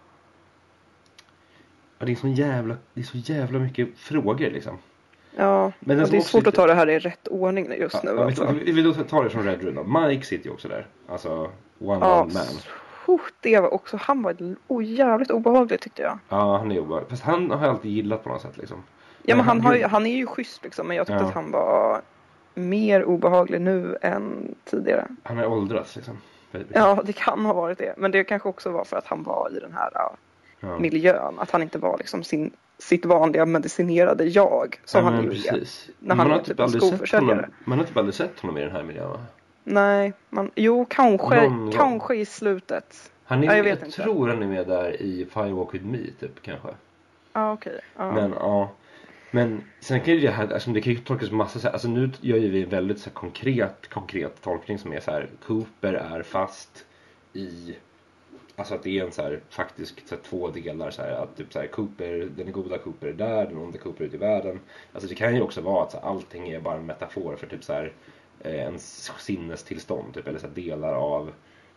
Ja, det är så jävla, det är så jävla mycket frågor liksom. Ja, men det är svårt lite... att ta det här i rätt ordning just ja, nu. Ja, alltså. vi vill då ta det från Red Room då. Mike sitter ju också där. Alltså, one ja, man. Oh, det var också, han var oh, jävligt obehaglig tyckte jag. Ja, han är obehaglig. Fast han har jag alltid gillat på något sätt liksom. Ja, men, men han, han, har ju, han är ju schysst liksom. Men jag tyckte ja. att han var mer obehaglig nu än tidigare. Han är åldrats liksom. Ja, det kan ha varit det. Men det kanske också var för att han var i den här ja. miljön. Att han inte var liksom sin, sitt vanliga medicinerade jag. Som ja, han ju är. När han är typ en skoförsäljare. Man har typ aldrig sett honom i den här miljön, va? Nej, man, jo kanske, kanske i slutet. Han är, ja, jag jag vet inte. tror han är med där i Firewalk with Me typ kanske. Ja, okej. Okay. Ja. Men ja. Men sen kan ju det här, alltså det kan ju tolkas massa så här, alltså nu gör ju vi en väldigt så här konkret, konkret tolkning som är så här, Cooper är fast i, alltså att det är en så här, faktiskt så här, två delar så här, att typ så här, Cooper, den är goda Cooper är där, den onda Cooper är ute i världen. Alltså det kan ju också vara att så här, allting är bara en metafor för typ så här, en sinnestillstånd typ, eller så här, delar av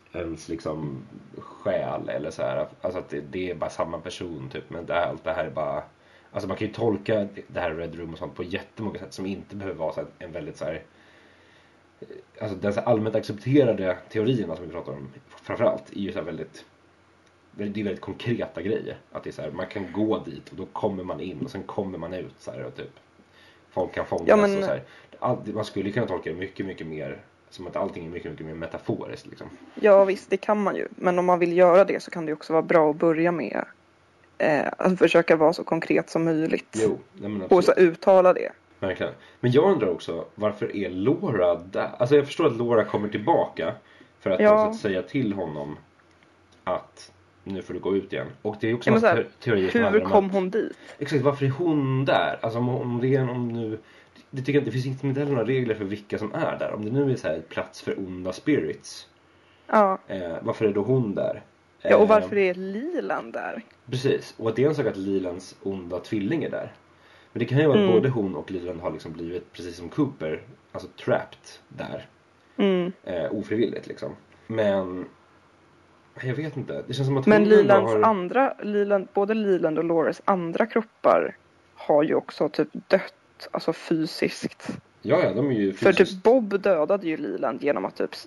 ens liksom själ eller så här, alltså att det, det är bara samma person typ, men det här, allt det här är bara, alltså man kan ju tolka det här Red Room och sånt på jättemånga sätt som inte behöver vara så här, en väldigt så här, alltså den så här allmänt accepterade teorierna som vi pratar om framförallt är ju så här väldigt, det är väldigt konkreta grejer, att det är så här, man kan gå dit och då kommer man in och sen kommer man ut så här, och typ folk kan fångas, ja, men... och så här. Allt, man skulle kunna tolka det mycket mycket mer som att allting är mycket mycket mer metaforiskt liksom. Ja visst, det kan man ju, men om man vill göra det så kan det också vara bra att börja med eh, att försöka vara så konkret som möjligt. Jo, nej, men och så uttala det. Verkligen. Men jag undrar också, varför är Laura där? Alltså jag förstår att Laura kommer tillbaka för att, ja. att säga till honom att nu får du gå ut igen. Och det är också en här, teorier som hur kom att, hon dit? Exakt, varför är hon där? Alltså om, om det är om nu, det tycker jag, det finns inte heller några regler för vilka som är där. Om det nu är så här plats för onda spirits. Ja. Eh, varför är då hon där? Ja, och varför är Lilan där? Precis, och att det är en sak att Lilans onda tvilling är där. Men det kan ju vara mm. att både hon och Lilan har liksom blivit, precis som Cooper, alltså trapped där. Mm. Eh, ofrivilligt liksom. Men jag vet inte. Det känns som att Men hon Lilans har... andra, Lilan, både Lilan och Lauras andra kroppar har ju också typ dött, alltså fysiskt. Ja, ja, de är ju fysiskt... För typ Bob dödade ju Lilan genom att typ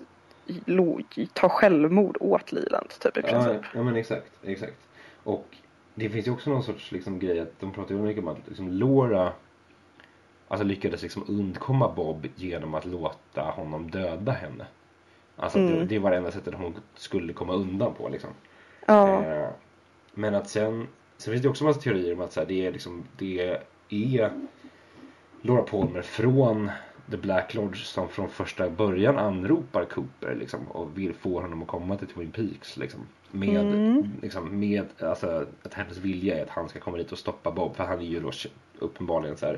ta självmord åt Lilan typ i princip. Ja, ja men exakt, exakt. Och det finns ju också någon sorts liksom grej att de pratar ju mycket om att liksom Laura alltså lyckades liksom undkomma Bob genom att låta honom döda henne. Alltså mm. det, det var det enda sättet hon skulle komma undan på liksom. Ja. Eh, men att sen sen finns det också en massa teorier om att så här, det är liksom det är Laura Palmer från The Black Lodge som från första början anropar Cooper liksom, och vill få honom att komma till Twin Peaks liksom, med, mm. liksom, med alltså, att hennes vilja är att han ska komma dit och stoppa Bob, för han är ju då uppenbarligen så här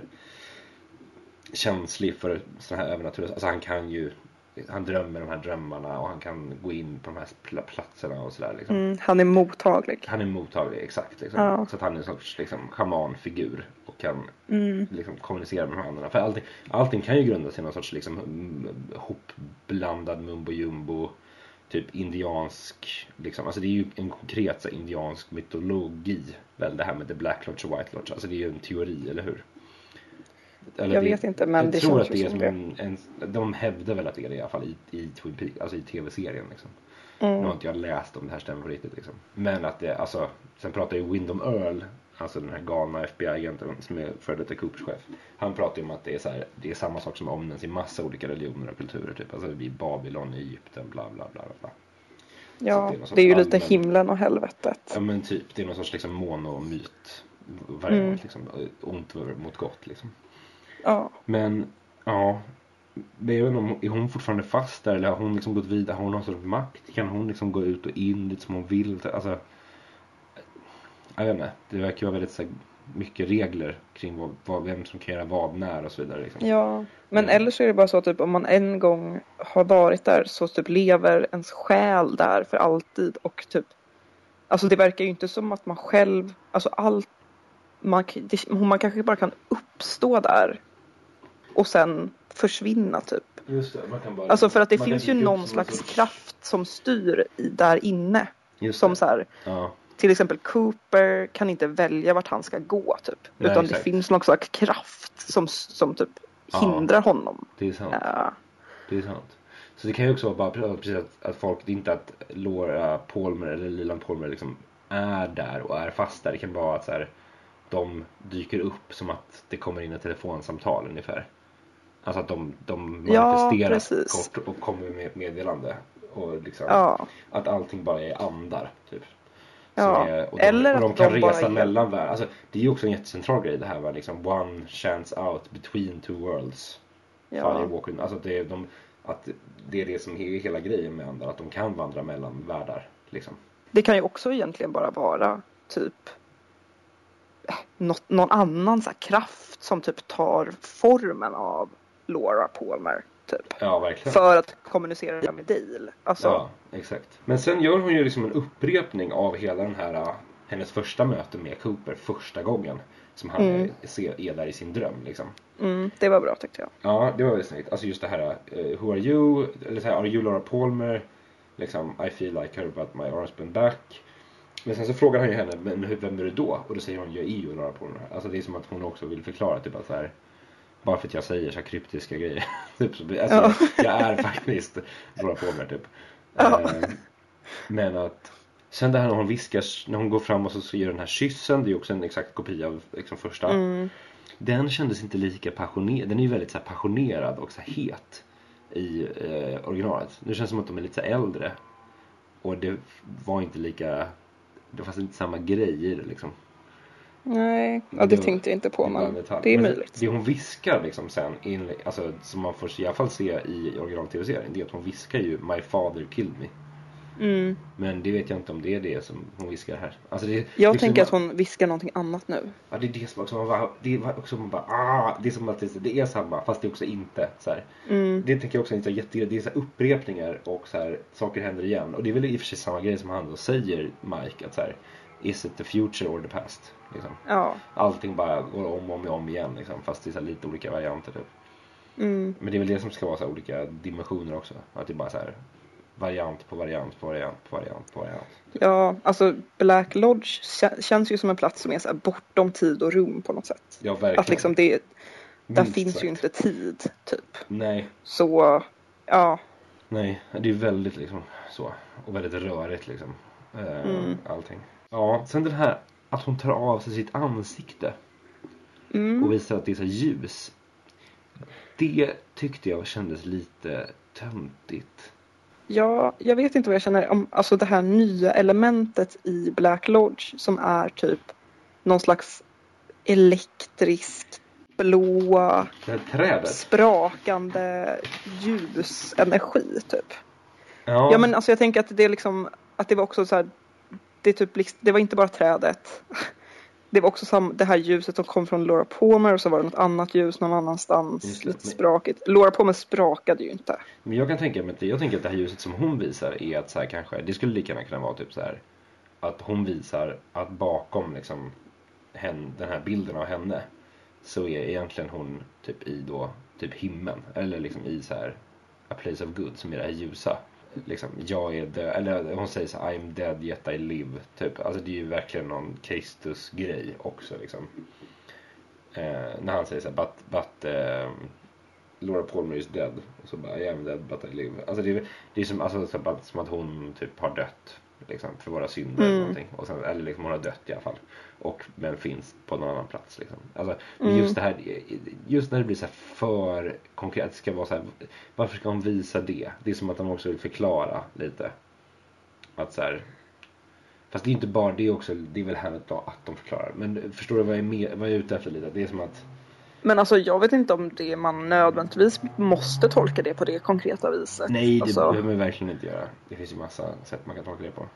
känslig för såna här övernaturliga, alltså han kan ju, han drömmer de här drömmarna och han kan gå in på de här platserna och sådär liksom. Mm, han är mottaglig. Han är mottaglig, exakt liksom. Ja. Så att han är en sorts liksom, schamanfigur och kan mm. liksom, kommunicera med de andra. För allting, allting kan ju grunda sig i någon sorts liksom, hopblandad mumbo jumbo, typ indiansk liksom. Alltså det är ju en konkret så, indiansk mytologi väl, det här med The Black Lodge och White Lodge. Alltså det är ju en teori, eller hur? Eller jag det, vet inte, men jag det tror känns att det är som det. en, en, de hävdar väl att det är det i alla fall i, i Twin Peaks, alltså i tv-serien liksom. Mm. Nu har inte jag läst om det här stämmer på riktigt liksom. Men att det, alltså, sen pratar ju Wyndham Earl, alltså den här galna F B I-agenten som är före detta Coopers chef. Han pratar ju om att det är så här, det är samma sak som omnämns i massa olika religioner och kulturer typ. Alltså i Babylon, i Egypten, bla bla bla bla. Ja, det är, det är ju allmän, lite himlen och helvetet. Ja men typ, det är någon sorts liksom monomyt variant mm. liksom, ont mot gott liksom. Ja. Men ja, det är väl om, är hon fortfarande fast där, eller har hon liksom gått vidare, har hon någon sorts makt? Kan hon liksom gå ut och in lite som hon vill? Alltså, jag vet inte, det verkar ju vara väldigt så här, mycket regler kring vad, vad, vem som kan göra vad, när och så vidare liksom. Ja, men mm. eller så är det bara så att typ, om man en gång har varit där så typ lever ens själ där för alltid, och typ, alltså det verkar ju inte som att man själv, alltså allt man, det, man kanske bara kan uppstå där och sen försvinna typ. Just det, man kan bara, alltså för att det finns ju någon slags sorts... kraft som styr i, där inne. Just som det. Så här, ja. Till exempel Cooper kan inte välja vart han ska gå typ. Nej, utan exakt. Det finns någon slags kraft som, som typ ja, hindrar honom. Det är sant. Ja. Det är sant. Så det kan ju också vara bara precis att, att folk, det är inte att Laura Palmer eller Lilan Palmer liksom är där och är fast där. Det kan vara att så här, de dyker upp som att det kommer in ett telefonsamtal ungefär. Alltså att de, de manifesteras ja, kort och kommer med ett meddelande. Och liksom, ja. Att allting bara är andar typ. Ja. Är, och de, eller och de att kan de resa bara mellan världar. Alltså, det är ju också en jättecentral grej det här med liksom one chance out between two worlds. Ja. Walking. Alltså det är, de, att det är det som är hela grejen med andar. Att de kan vandra mellan världar liksom. Det kan ju också egentligen bara vara typ något, någon annan så här kraft som typ tar formen av Laura Palmer typ. Ja, verkligen. För att kommunicera med Dale. Alltså... Ja, exakt. Men sen gör hon ju liksom en upprepning av hela den här uh, hennes första möte med Cooper första gången som han mm. är, är där i sin dröm liksom. Mm, det var bra tyckte jag. Ja, det var väldigt snyggt. Alltså just det här uh, who are you? Eller så här, are you Laura Palmer? liksom, I feel like her but my arm's been back. Men sen så frågar han ju henne, men hur, vem är du då? Och då säger hon, jag är ju Laura Palmer. Alltså det är som att hon också vill förklara typ att så här, bara för att jag säger så här kryptiska grejer. typ, så, alltså, ja. jag, jag är faktiskt Laura Palmer typ. Ja. Eh, men att sen det här när hon viskar, när hon går fram och så gör den här kyssen, det är ju också en exakt kopia av liksom, första. Mm. Den kändes inte lika passionerad. Den är ju väldigt så här, passionerad och så här, het i eh, originalet. Nu känns det som att de är lite så här, äldre. Och det var inte lika, det fanns inte samma grejer liksom. Nej, ja, det, det tänkte jag inte på, men det är möjligt. Det hon viskar liksom sen, in, alltså, som man får i alla fall se i original-tv-serien, det är att hon viskar ju My father killed me. Mm. Men det vet jag inte om det är det som hon viskar här. Alltså det, jag det tänker bara, att hon viskar någonting annat nu. Ja, det är det som också man bara, det är också man bara, ah, det är som att det, det är samma, fast det är också inte så här. Mm. Det tänker jag också är jätte, det är så här upprepningar och så här, saker händer igen. Och det är väl i och för sig samma grej som han då säger, Mike, att så här, is it the future or the past? Liksom. Ja. Allting bara går om och om, om igen liksom, fast det är så här lite olika varianter typ. Mm. Men det är väl det som ska vara så här, olika dimensioner också, att det är bara så här variant på variant på variant på variant på variant. Ja, alltså Black Lodge känns ju som en plats som är så här bortom tid och rum på något sätt. Ja, verkligen. Att liksom det, där Minst finns sagt. ju inte tid, typ. Nej. Så, ja. Nej, det är väldigt liksom så. Och väldigt rörigt liksom. Eh, mm. Allting. Ja, sen den här, att hon tar av sig sitt ansikte. Mm. Och visar att det är så ljus. Det tyckte jag kändes lite töntigt. Ja, jag vet inte vad jag känner om alltså det här nya elementet i Black Lodge som är typ någon slags elektrisk blå sprakande ljusenergi typ. Ja. ja, men alltså jag tänker att det är liksom att det var också så här, det typ det var inte bara trädet. Det var också sam, det här ljuset som kom från Laura Palmer och så var det något annat ljus någon annanstans, lite sprakigt. Laura Palmer sprakade ju inte. Men jag kan tänka mig att jag tänker att det här ljuset som hon visar är att så här kanske, det skulle lika gärna kunna vara typ så här att hon visar att bakom liksom hen, den här bilden av henne så är egentligen hon typ i då typ himlen eller liksom i så här a place of good som är det här ljusa. Liksom, jag är död, eller hon säger så I'm dead yet I live typ, alltså det är ju verkligen någon Kristus grej också liksom. Eh, när han säger så här, but, but um, Laura Palmer is dead och så bara I am dead but I live, alltså det är, det är som, alltså, så bara, som att hon typ har dött liksom, för våra synder mm. eller någonting och sen, eller liksom hon har dött i alla fall och men finns på någon annan plats liksom. Alltså mm. just det här, just när det blir så här för konkret, det ska vara så här, varför ska hon visa det? Det är som att de också vill förklara lite att så här, fast det är inte bara det också, det är väl härligt att de förklarar, men förstår du vad jag är, med, vad jag är ute efter lite? Det är som att men alltså jag vet inte om det man nödvändigtvis måste tolka det på det konkreta viset. Nej, det alltså, behöver man verkligen inte göra. Det finns ju massa sätt man kan tolka det på.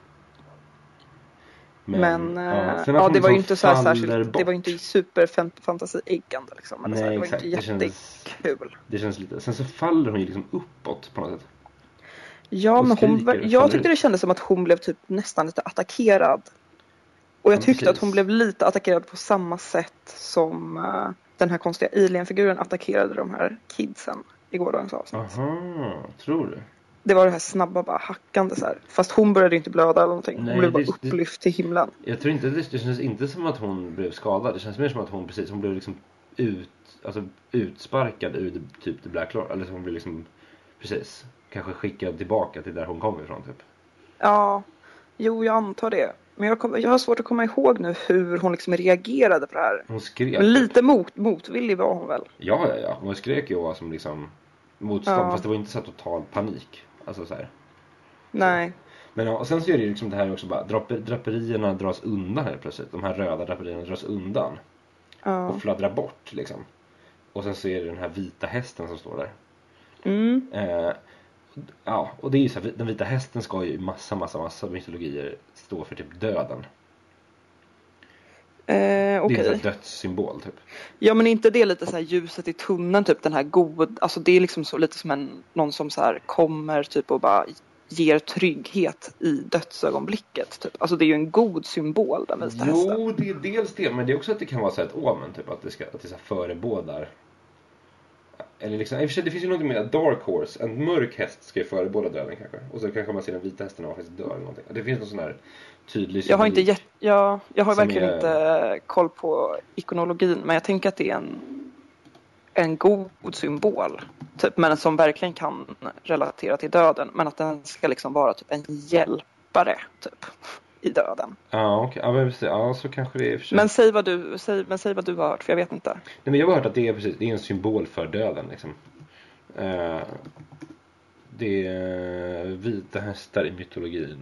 Men, men ja, ja det var ju inte så här särskilt, det var ju inte superfantasi-äggande liksom. Eller nej, så här, det var exakt. Inte jättekul. Det känns lite, sen så faller hon ju liksom uppåt på något sätt. Ja, men hon, jag tyckte det kändes som att hon blev typ nästan lite attackerad. Och jag ja, tyckte precis. Att hon blev lite attackerad på samma sätt som uh, den här konstiga alien-figuren attackerade de här kidsen i gårdagens avsnitt. Aha, tror du? Det var det här snabba bara hackande så här. Fast hon började inte blöda eller någonting. Hon Nej, blev bara det, upplyft till himlen. Jag tror inte, det, det känns inte som att hon blev skadad. Det känns mer som att hon precis, hon blev liksom ut, alltså utsparkad ur typ The Black Lord. Eller så hon blev liksom, precis, kanske skickad tillbaka till där hon kom ifrån typ. Ja, jo jag antar det. Men jag, kom, jag har svårt att komma ihåg nu hur hon liksom reagerade på det här. Hon skrek. Men lite mot, motvillig var hon väl? Ja, ja, ja. Hon skrek ju och var som liksom motstånd. Ja. Fast det var inte så total panik. Alltså så här. Nej. Men ja, och sen så är det liksom det här också bara, draper, draperierna dras undan här plötsligt. De här röda draperierna dras undan. Ja. Och fladdrar bort liksom. Och sen så är det den här vita hästen som står där. Mm. Eh, ja, och det är ju så här, den vita hästen ska ju i massa, massa, massa mytologier stå för typ döden. Eh, okay. Det är en dödssymbol typ. Ja, men inte det lite så här ljuset i tunneln typ, den här god, alltså det är liksom så lite som en, någon som så här kommer typ och bara ger trygghet i dödsögonblicket typ. Alltså det är ju en god symbol den vita jo, hästen. Jo, det är dels det, men det är också att det kan vara så ett omen typ, att det ska, att det så här förebådar Eller liksom, i och för sig, det finns ju något med Dark Horse. En mörk häst ska ju före båda döden kanske. Och så kanske man ser den vita hästen och faktiskt dör eller någonting. Det finns någon sån här tydlig Jag har, inte symbolik. gett, jag, jag har Som verkligen är- inte koll på ikonologin. Men jag tänker att det är en, en god symbol. Typ, men som verkligen kan relatera till döden. Men att den ska liksom vara typ en hjälpare typ, i döden. Ja, okej. Ja, men precis. Ja, så kanske det är i och för sig. Men säg vad du, säg, men säg vad du har hört, för jag vet inte. Nej, men jag har hört att det är precis, det är en symbol för döden liksom. Eh, det är vita hästar i mytologin.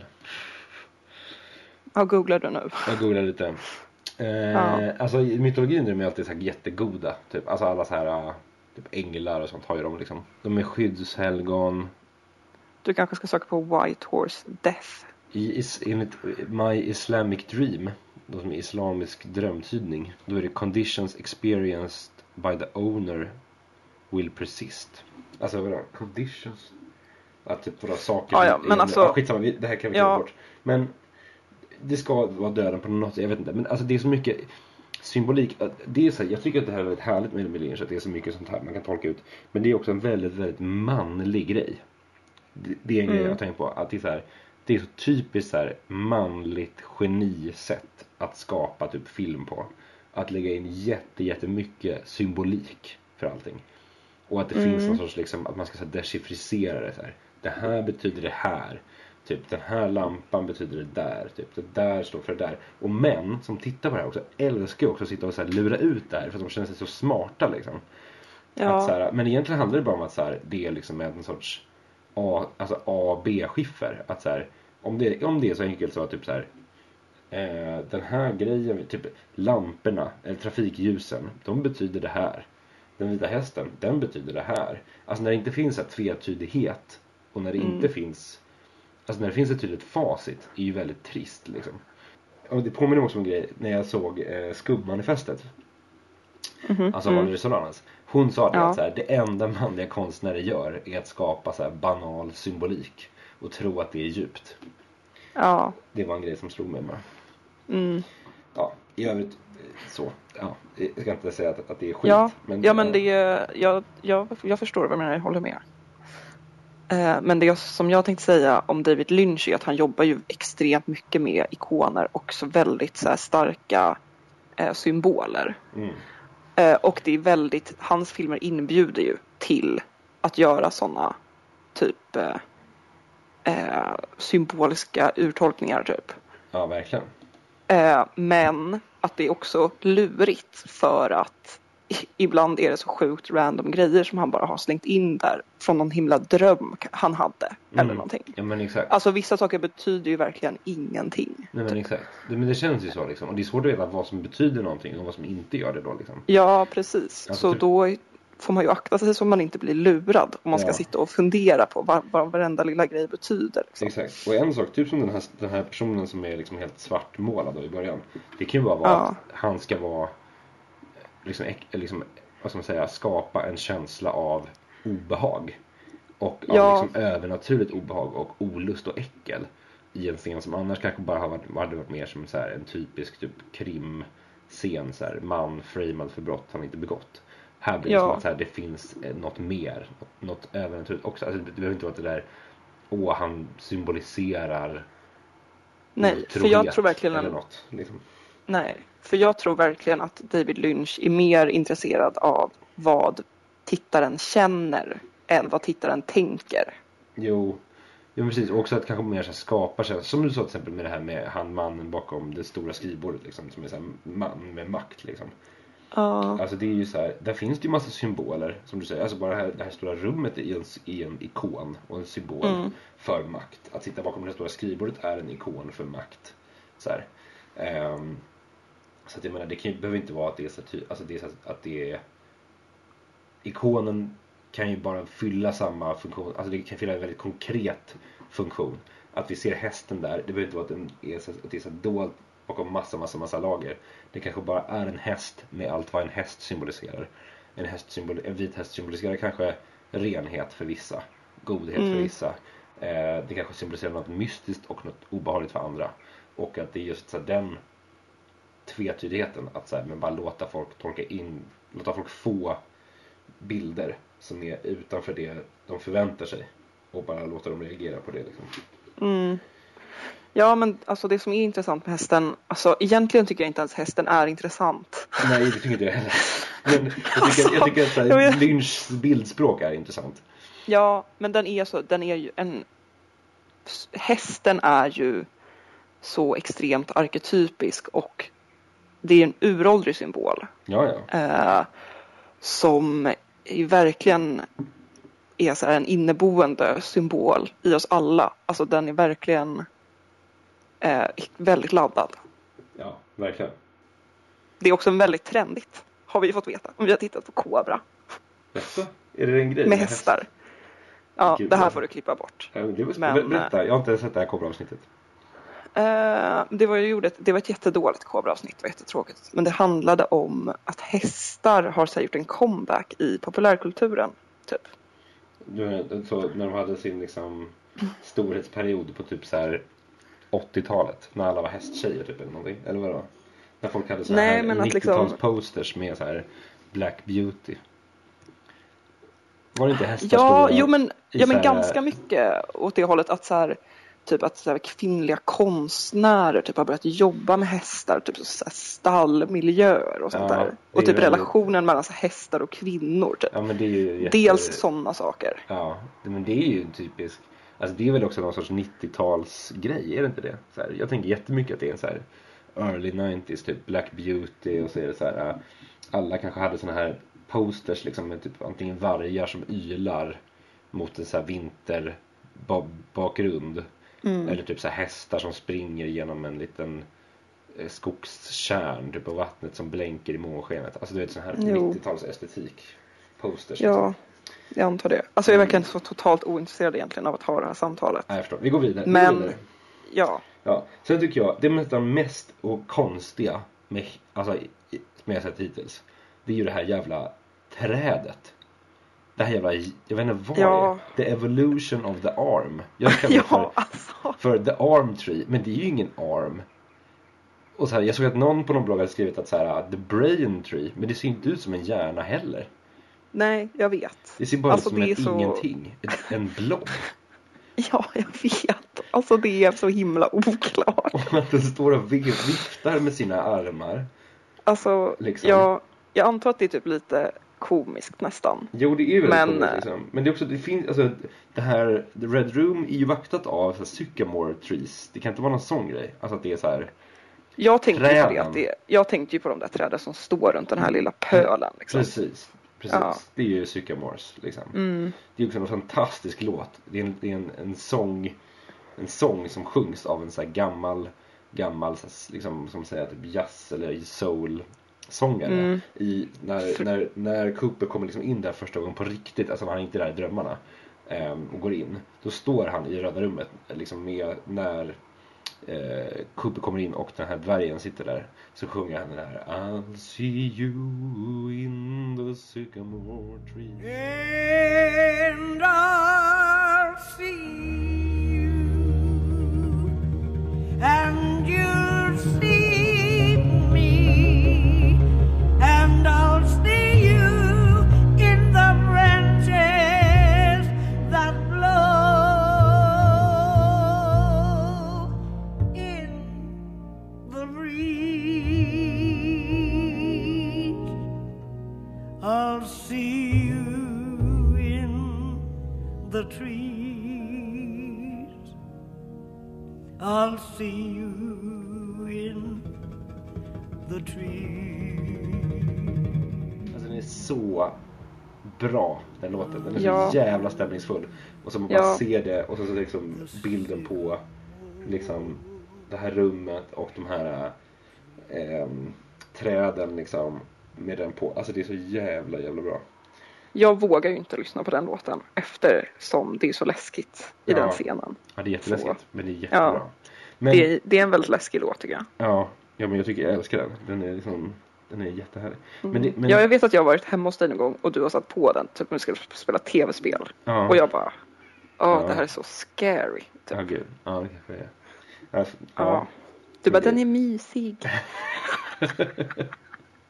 Ja, googlar du nu? Jag googlar lite. Eh, Ja. Alltså i mytologin är de ju alltid så här jättegoda. Typ. Alltså alla så här ah, typ änglar och sånt har ju de liksom. De är skyddshelgon. Du kanske ska söka på White Horse Death. I, is, enligt My Islamic Dream, då som är islamisk drömtydning, då är det conditions experienced by the owner will persist. Alltså vadå? Conditions? Att typ våra saker... Ja, ja, men alltså- Ja, skitsamma, vi- det här kan vi klippa Ja. bort. Men det ska vara döden på något sätt, jag vet inte. Men alltså det är så mycket symbolik. att Det är så här, jag tycker att det här är väldigt härligt med Emil Lynch, att det är så mycket sånt här man kan tolka ut. Men det är också en väldigt, väldigt manlig grej. Det, det är en grej jag tänker på, att det är så här, det är så typiskt så här manligt genisätt att skapa typ film på. Att lägga in jätte, jättemycket symbolik för allting. Och att det finns någon sorts liksom, att man ska så här dechiffrisera det så här. Det här betyder det här. Typ den här lampan betyder det där. Typ det där står för det där. Och män som tittar på det här också älskar ju också att sitta och så här lura ut det här. För att de känner sig så smarta liksom. Ja. Att, så här, men egentligen handlar det bara om att så här, det är liksom en sorts A, alltså A-B-skiffer. Att så här, om det, om det är så enkelt så att typ så här, eh, den här grejen, typ lamporna eller trafikljusen, de betyder det här. Den vita hästen, den betyder det här. Alltså när det inte finns en tvetydighet och när det Mm. inte finns, alltså när det finns ett tydligt facit, är ju väldigt trist liksom. Och det påminner också om en grej när jag såg eh, Skuggmanifestet. Mhm. Alltså Mm. Valerie Solanas. Hon sa det Ja. att så här, det enda manliga konstnärer gör är att skapa så här banal symbolik och tro att det är djupt. Ja. Det var en grej som slog mig bara. Mm. Ja, i övrigt eh, så. Ja, jag ska inte säga att, att det är skit. Ja, men, ja, men det är, jag, jag, jag förstår vad du menar, jag håller med. Eh, men det som jag tänkte säga om David Lynch är att han jobbar ju extremt mycket med ikoner och så väldigt så här, starka eh, symboler. Mm. Eh, och det är väldigt, hans filmer inbjuder ju till att göra sådana typ eh, eh, symboliska urtolkningar typ. Ja, verkligen. Eh, men att det är också lurigt för att i- ibland är det så sjukt random grejer som han bara har slängt in där från någon himla dröm han hade eller Mm. någonting. Ja, men exakt. Alltså vissa saker betyder ju verkligen ingenting. Nej, men exakt. Det, men det känns ju så liksom. Och det är svårt att veta vad som betyder någonting och vad som inte gör det då liksom. Ja, precis. Alltså, så typ- då får man ju akta sig så man inte blir lurad om man ska Ja. sitta och fundera på vad, vad varenda lilla grej betyder. Liksom. Exakt. Och en sak, typ som den här, den här personen som är liksom helt svartmålad då i början. Det kan ju bara vara Ja. att han ska vara liksom, äk- liksom, vad ska man säga, skapa en känsla av obehag. Och av Ja. liksom övernaturligt obehag och olust och äckel i en scen som annars kanske bara hade varit, hade varit mer som så här, en typisk typ krimscen, så här, man framad för brott han inte begått. Här blir det Ja. som att så här, det finns eh, något mer, något, något övernaturligt också. Alltså, det, det behöver inte vara det där, åh, han symboliserar Nej, för otrohet jag tror verkligen eller en- något, liksom. Nej, för jag tror verkligen att David Lynch är mer intresserad av vad tittaren känner än vad tittaren tänker. Jo, jo precis. Och också att kanske mer så här skapar sig, som du sa till exempel med det här med han mannen bakom det stora skrivbordet liksom, som är så här man med makt liksom. Ja, Alltså det är ju så här, där finns det ju massa symboler som du säger, alltså bara det här, det här stora rummet är en, är en ikon och en symbol Mm. för makt. Att sitta bakom det stora skrivbordet är en ikon för makt. Så här. Ehm, så att jag menar, det kan, behöver inte vara att det är så ty, alltså det är så att det är, ikonen kan ju bara fylla samma funktion, alltså det kan fylla en väldigt konkret funktion. Att vi ser hästen där, det behöver inte vara att, den är så, att det är så dolt bakom massa, massa, massa lager. Det kanske bara är en häst med allt vad en häst symboliserar. En, häst symbol, en vit häst symboliserar kanske renhet för vissa, godhet för Mm. vissa. Eh, det kanske symboliserar något mystiskt och något obehagligt för andra. Och att det är just så här, den tvetydigheten, att så här, men bara låta folk tolka in, låta folk få bilder som är utanför det de förväntar sig. Och bara låta dem reagera på det liksom. Mm. Ja, men alltså det som är intressant med hästen, alltså egentligen tycker jag inte ens hästen är intressant. Nej, det tycker inte jag heller. Men jag tycker, alltså, jag tycker att så här, Lynchs bildspråk är intressant. Ja, men den är så, den är ju en, hästen är ju så extremt arketypisk och det är en uråldrig symbol. Ja, ja. Eh, som är verkligen är så här en inneboende symbol i oss alla. Alltså den är verkligen eh, väldigt laddad. Ja, verkligen. Det är också väldigt trendigt, har vi fått veta. Om vi har tittat på Kobra. Jaså? Är det en grej? Med hästar. Ja, Gud, det här ja. får du klippa bort. Ja, det var, Men, berätta, jag har inte sett det här Kobra-avsnittet. Eh, det var ju gjort ett, det var ett jättedåligt Kobra-avsnitt, det var jättetråkigt. Men det handlade om att hästar har så här, gjort en comeback i populärkulturen, typ. Du, så, när de hade sin liksom, storhetsperiod på typ så här åttiotalet, när alla var hästtjejer typ eller någonting, eller vadå? När folk hade så Nej, här men att nittio-tals liksom- posters med så här Black Beauty. Var det inte hästar Ja, stora jo men, i ja, så men här- ganska mycket åt det hållet att så här, typ att så här, kvinnliga konstnärer typ har börjat jobba med hästar, typ så här, stallmiljöer och sånt Ja, där. det Och är typ väldigt- relationen mellan så här, hästar och kvinnor typ. Ja, men det är ju jätte... Dels sådana saker. Ja, men det är ju en typisk... Alltså det är väl också någon sorts nittio-tals grej, är det inte det? Så här, jag tänker jättemycket att det är en så här early nineties, typ Black Beauty, och så är det så här... Alla kanske hade såna här posters liksom med typ antingen vargar som ylar mot en så här vinterbakgrund. Mm. Eller typ så här hästar som springer genom en liten eh, skogskärn typ på vattnet som blänker i månskenet. Alltså du vet sån här Jo. nittio-tals estetik posters. Ja, jag antar det. Alltså jag är verkligen så totalt ointresserad egentligen av att ha det här samtalet. Nej, jag förstår. Vi går vidare. Vi Men- går vidare. Ja, Ja. Sen tycker jag det mest, mest och konstiga med, alltså, i- som jag har sett hittills, det är ju det här jävla trädet. Det här jävla, jag vet inte vad Ja. det är. The evolution of the arm. Jag kallar det ja för, alltså. för the arm tree, men det är ju ingen arm. Och så här, jag såg att någon på någon blogg hade skrivit att så här, the brain tree, men det ser inte ut som en hjärna heller. Nej, jag vet. Det ser bara Alltså, ut som det är en så- ingenting. Ett, en blob. Ja, jag vet. Alltså det är så himla oklart. Och att den står och viftar med sina armar. Alltså, Liksom. jag, jag antar att det är typ lite komiskt nästan. Jo, det är ju väldigt Men- komiskt liksom. Men det är också, det finns, alltså det här, The Red Room är ju vaktat av så här, sycamore trees. Det kan inte vara någon sån grej. Alltså att det är så här. Jag tänkte ju på det, Träden. att det jag tänkte ju på de där träden som står runt den här lilla pölen liksom. Precis, precis. Ja. Det är ju sycamores liksom. Mm. Det är också en fantastisk låt. Det är en, det är en, en sång en sång som sjungs av en så här gammal gammal så här, liksom som säger typ jazz eller soul sångare Mm. i när när när Cooper kommer liksom in där första gången på riktigt, alltså han är inte där i drömmarna ehm, och går in. Då står han i röda rummet liksom med när eh, Cooper kommer in och den här dvärgen sitter där, så sjunger han den här I'll see you in the sycamore tree. And I'll see you, and you'll see me, and I'll see you in the branches that blow in the breeze. I'll see you in the trees. I'll see you in the trees. Alltså den är så bra, den låten. Den är Ja. så jävla stämningsfull. Och så man Ja. bara ser det och så, så liksom bilden på liksom det här rummet och de här ehm, träden liksom med den på. Alltså det är så jävla jävla bra. Jag vågar ju inte lyssna på den låten eftersom det är så läskigt i Ja. den scenen. Ja, det är jätteläskigt, Så. men det är jättebra. Ja. Men Det, är, det är en väldigt läskig låt tycker jag. ja, ja, men jag tycker jag älskar den. Den är liksom den är jättehärlig. Men det, men Ja, jag vet att jag har varit hemma hos dig någon gång och du har satt på den typ när vi skulle spela tv-spel. ja. Och jag bara, åh Ja. det här är så scary. Typ. Ja, gud. Ja, det kanske är. Ja, f- Ja. ja. Du bara, Det- den är mysig.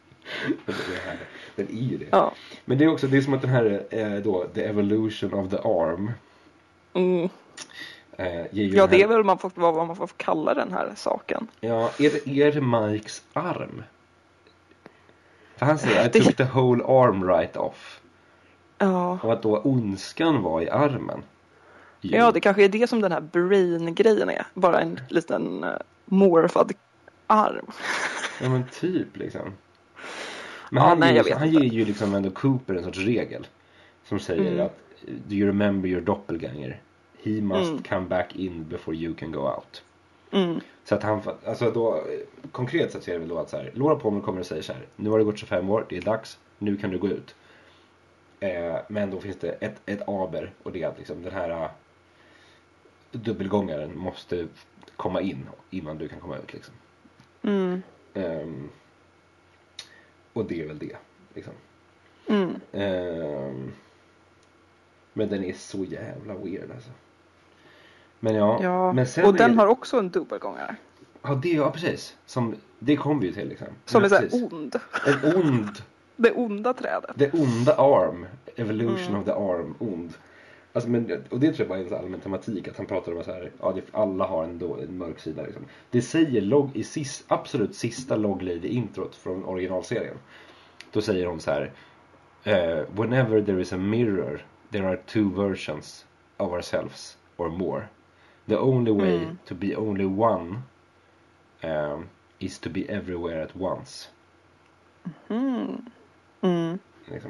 Den är ju det. Ja. Men det är också, det är som att den här eh, då, the evolution of the arm. Mm. Eh, ger ju Ja, den det här, är väl man får, vad man får kalla den här saken. Ja, är det, är det Mikes arm? För han säger, I Det- took the whole arm right off. Ja. Och att då ondskan var i armen. Jo. Ja, det kanske är det som den här brain-grejen är. Bara en liten uh, morfad arm. Ja, men typ liksom. Men Ja, han, nej, ger, jag ju- vet han inte. ger ju liksom ändå Cooper en sorts regel. Som säger Mm. att do you remember your doppelganger? He must Mm. come back in before you can go out. Mm. Så att han, alltså då, konkret sett så är det väl då att så här, Laura Palmer kommer och säger så här, nu har det gått tjugofem år, det är dags, nu kan du gå ut. Eh, men då finns det ett, ett aber, och det är att liksom den här uh, dubbelgångaren måste komma in innan du kan komma ut liksom. Mm. Ehm, och det är väl det liksom. Mm. Ehm, men den är så jävla weird alltså. Men ja, Ja. men sen Och är den det, har också en dubbelgångare. ja, det, ja precis. Som, det kom vi ju till liksom. Som Men är så här precis. ond. En ond, Det onda trädet. det onda arm, evolution Mm. of the arm, ond. Alltså, men, och det tror jag bara är en så allmän tematik, att han pratar om att så här, ja, det, alla har en, då, en mörk sida liksom. Det säger log, i sis, absolut sista Log Lady-introt från originalserien. Då säger hon så här, eh, whenever there is a mirror there are two versions of ourselves or more. The only way Mm. to be only one um, is to be everywhere at once. Mm. Mm. Liksom.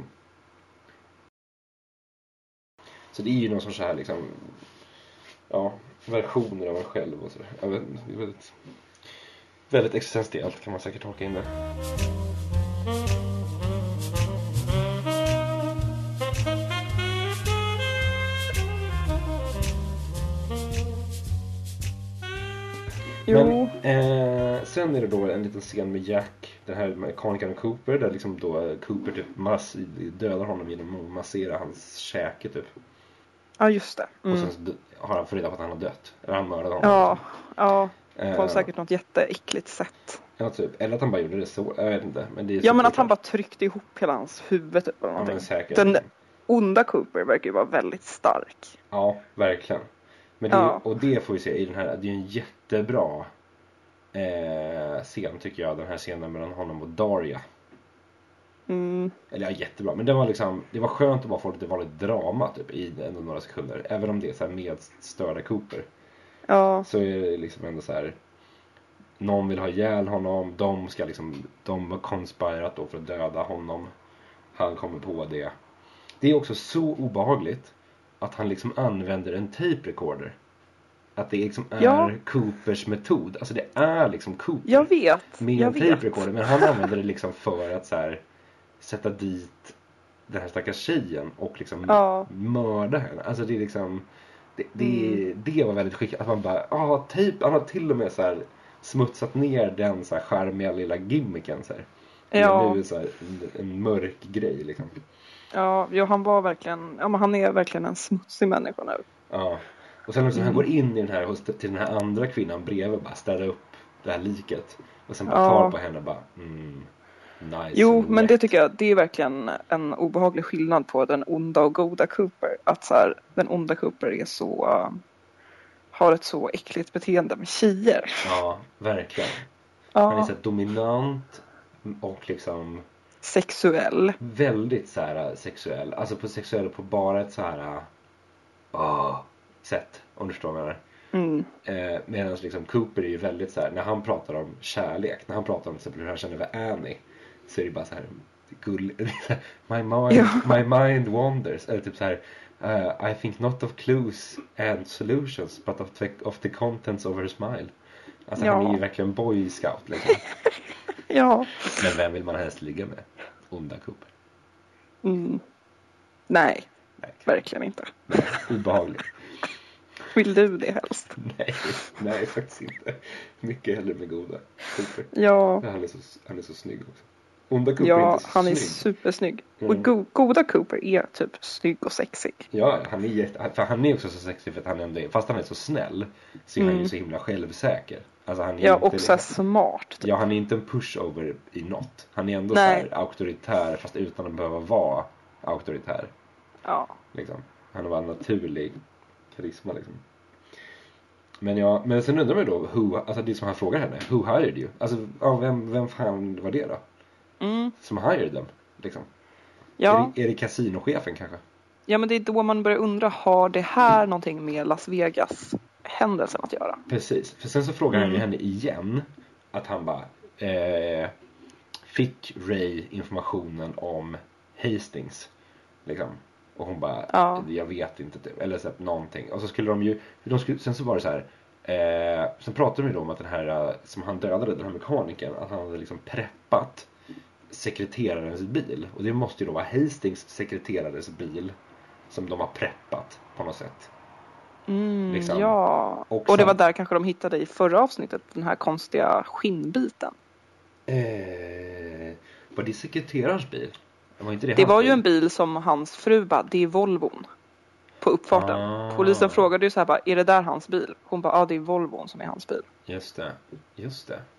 Så det är ju någon sorts så här liksom, ja, versioner av en själv och sådär. Jag vet inte, det är väldigt, väldigt existentiellt kan man säkert tolka in det. Jo. Men eh, sen är det då en liten scen med Jack, den här mekanikern Cooper, där liksom då Cooper typ mass, dödar honom genom att massera hans käke typ. Ja, just det. Och Mm. sen så dö- har han fått reda på att han har dött. Eller han mördade honom. Ja. Ja. På Eh, säkert något jätteäckligt sätt. Ja, typ. Eller att han bara gjorde det så. Jag vet inte. Men det är Ja, men så att han bara klart. tryckte ihop hela hans huvud typ, eller Ja, men någonting. säkert. Den onda Cooper verkar ju vara väldigt stark. Ja, verkligen. Men det, Ja. och det får vi se i den här. Det är ju en jättebra eh, scen tycker jag. Den här scenen mellan honom och Daria. Mm. Eller ja, jättebra. Men det var liksom, det var skönt att bara få lite vanligt drama typ i ändå några sekunder. Även om det är så här medstörda Cooper. Ja. Så är det liksom ändå så här. Någon vill ha ihjäl honom. De ska liksom, de har konspirerat då för att döda honom. Han kommer på det. Det är också så obehagligt att han liksom använder en tape recorder. Att det liksom är Ja. Coopers metod. Alltså det är liksom Cooper. Jag vet. Med Jag en vet. tape recorder. Men han använder det liksom för att så här, sätta dit den här stackars tjejen och liksom Ja. mörda henne. Alltså det är liksom det, det, Mm. det var väldigt skickligt. Att man bara, ah, tejp. Han har till och med så här smutsat ner den så här charmiga lilla gimmicken så här. Ja. Nu är så här, en, en mörk grej liksom. Ja, jo, han var verkligen, ja men han är verkligen en smutsig människa nu. Ja. Och sen också när han Mm. går in i den här hos, till den här andra kvinnan bredvid, bara ställer upp det här liket. Och sen bara Ja. tar på henne och bara, mm, nice. Jo, and men wet. det tycker jag, det är verkligen en obehaglig skillnad på den onda och goda Cooper. Att så här, den onda Cooper är så, uh, har ett så äckligt beteende med tjejer. Ja, verkligen. Han är Ja, så här dominant och liksom sexuell. väldigt så här sexuell. Alltså på sexuell på bara ett så här uh, sätt, om du förstår vad jag menar. Mm. Eh, Medan liksom Cooper är ju väldigt så här, när han pratar om kärlek, när han pratar om till exempel hur han känner för Annie, så är det bara så här gull, my mind, Ja. my mind wanders, eller typ så här, uh, I think not of clues and solutions but of the, of the contents of her smile. Alltså Ja. han är ju verkligen boy scout liksom. Ja. Men vem vill man helst ligga med? Onda Cooper. Mm. Nej, Nej, verkligen inte. nej, obehagligt. Vill du det helst? Nej, nej faktiskt inte. Mycket hellre med goda Cooper. Ja, Han är så, han är så snygg också. Onda Cooper är ja inte så han är snygg. supersnygg. Mm. Och go- goda Cooper är typ snygg och sexig. Ja, han är jätte, för han är också så sexig för att han ändå är, fast han är så snäll, så är han Mm. ju så himla självsäker. Alltså han är Ja, inte, och så här smart. Typ. ja, han är inte en pushover i något. Han är ändå Nej. så här auktoritär fast utan att behöva vara auktoritär. Ja. Liksom. Han har bara en naturlig karisma liksom. Men ja, men sen undrar man ju då who, alltså det som han frågar henne, who hired you? Alltså ja, vem, vem fan var det då? Mm. Som hired dem liksom. Ja. Är det, är det kasinochefen kanske? Ja, men det är då man börjar undra, har det här någonting med Las Vegas händelsen att göra? Precis, för sen så frågar Mm. han ju henne igen att han bara eh, fick Ray informationen om Hastings liksom. Och hon bara, Ja. jag vet inte typ. Eller så här, någonting. Och så skulle de ju, de skulle, sen så var det så här. Eh, sen pratade de ju då om att den här eh, som han dödade, den här mekanikern, att han hade liksom preppat sekreterarens bil. Och det måste ju då vara Hastings sekreterares bil som de har preppat på något sätt. Mm, Liksom. ja. Och Och, det sen- var där kanske de hittade i förra avsnittet, den här konstiga skinnbiten. Eh, var det sekreterarens bil? Var inte det Det hans var ju bil? en bil som hans fru bara, det är Volvon. På uppfarten. Ah. Polisen frågade ju så här bara, är det där hans bil? Hon bara, ja det är Volvon som är hans bil. Just det, just det.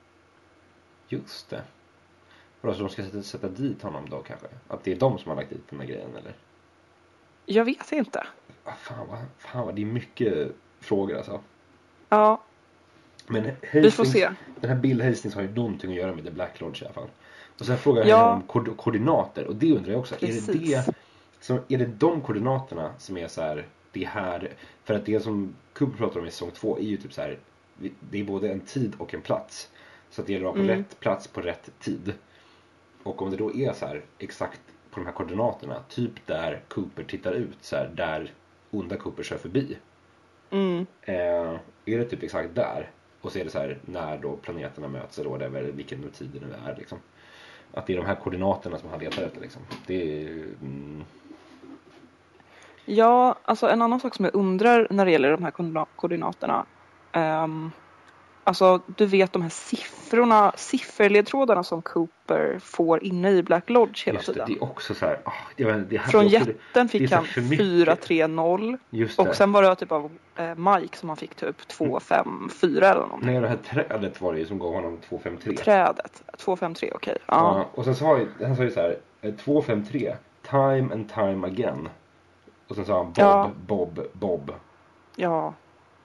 Just det. Vadå, så de ska sätta, sätta dit honom då kanske? Att det är de som har lagt dit den här grejen eller? Jag vet inte. Ah, fan, vad, fan vad, det är mycket frågor alltså. Ja, Men Hastings, vi får se. Den här Bill Hastings har ju någonting att göra med The Black Lodge i alla fall. Och sen frågar jag Ja. henne om ko- koordinater. Och det undrar jag också. Är det, Precis. det, som, är det de koordinaterna som är så här, det här. För att det som Cooper pratar om i säsong två är ju typ så här. Det är både en tid och en plats. Så att det gäller att vara på Mm. rätt plats på rätt tid. Och om det då är så här exakt på de här koordinaterna. Typ där Cooper tittar ut. Så här, där onda Cooper kör förbi. Mm. Eh, är det typ exakt där? Och så är det så här när då planeterna möts eller whatever, vilken tid det nu är liksom. Att det är de här koordinaterna som han letar efter liksom. Det är mm, Ja, alltså en annan sak som jag undrar när det gäller de här koordina- koordinaterna. ehm, alltså du vet de här siffrorna, sifferledtrådarna som Cooper får inne i Black Lodge hela just det, tiden. det är också så här, ah, det var, det här Från är också, jätten det är fick så han för mycket. fyra tre noll. Just det. Och sen var det typ av eh, Mike som han fick typ två fem fyra eller någonting. Nej, det här trädet var det ju som gav honom två fem tre. Trädet. två fem tre, okej. Ja, Ja. och sen så har ju, han sa ju så här eh, två fem tre, time and time again. Och sen sa han Bob, Ja. Bob, Bob. Ja,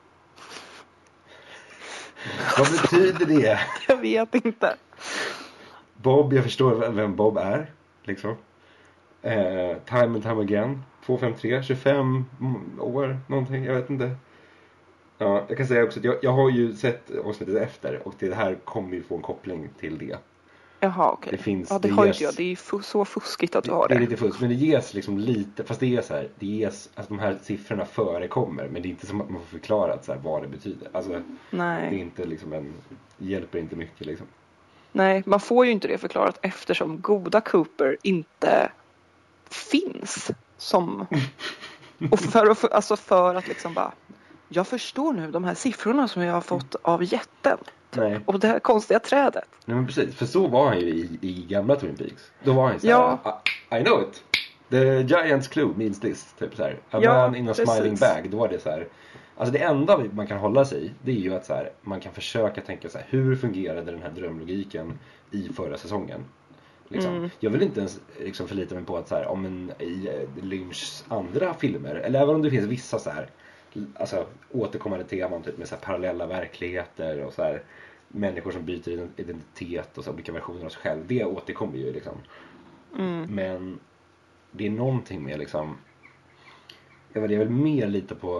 Vad betyder det? jag vet inte. Bob, jag förstår vem Bob är. Liksom. Eh, time and time again. två fem tre, tjugofem år, någonting, jag vet inte. Ja, jag kan säga också att jag, jag har ju sett avsnittet efter. Och det här kommer ju få en koppling till det. Jaha, okej. Det finns- ja, det, det har ju ges- inte jag. Det är ju fu- så fuskigt att du har Det det. är lite fusk, men det ges liksom lite. Fast det är så här, det ges, alltså de här siffrorna förekommer. Men det är inte som att man får förklarat så här vad det betyder. Alltså det är Nej. inte liksom en, hjälper inte mycket liksom. Nej, man får ju inte det förklarat eftersom goda Cooper inte finns som... Och för, att- alltså för att liksom bara... Jag förstår nu de här siffrorna som jag har fått av jätten. Nej. Och det här konstiga trädet. Nej men precis, för så var han ju i, i gamla Twin Peaks. Då var han så här, Ja. I, I know it. The giant's clue means this. Typ så här, a Ja, man in a precis. smiling bag. Då var det så här. Alltså det enda man kan hålla sig i, det är ju att så här, man kan försöka tänka så här, hur fungerade den här drömlogiken i förra säsongen? Liksom. Mm. Jag vill inte ens liksom förlita mig på att så här, om en, i eh, Lynchs andra filmer, eller även om det finns vissa så här, alltså återkommande teman typ med så här parallella verkligheter och så här människor som byter identitet och så olika versioner av sig själv. Det återkommer ju liksom. Mm. Men det är någonting med liksom, jag vet, jag vill mer lita på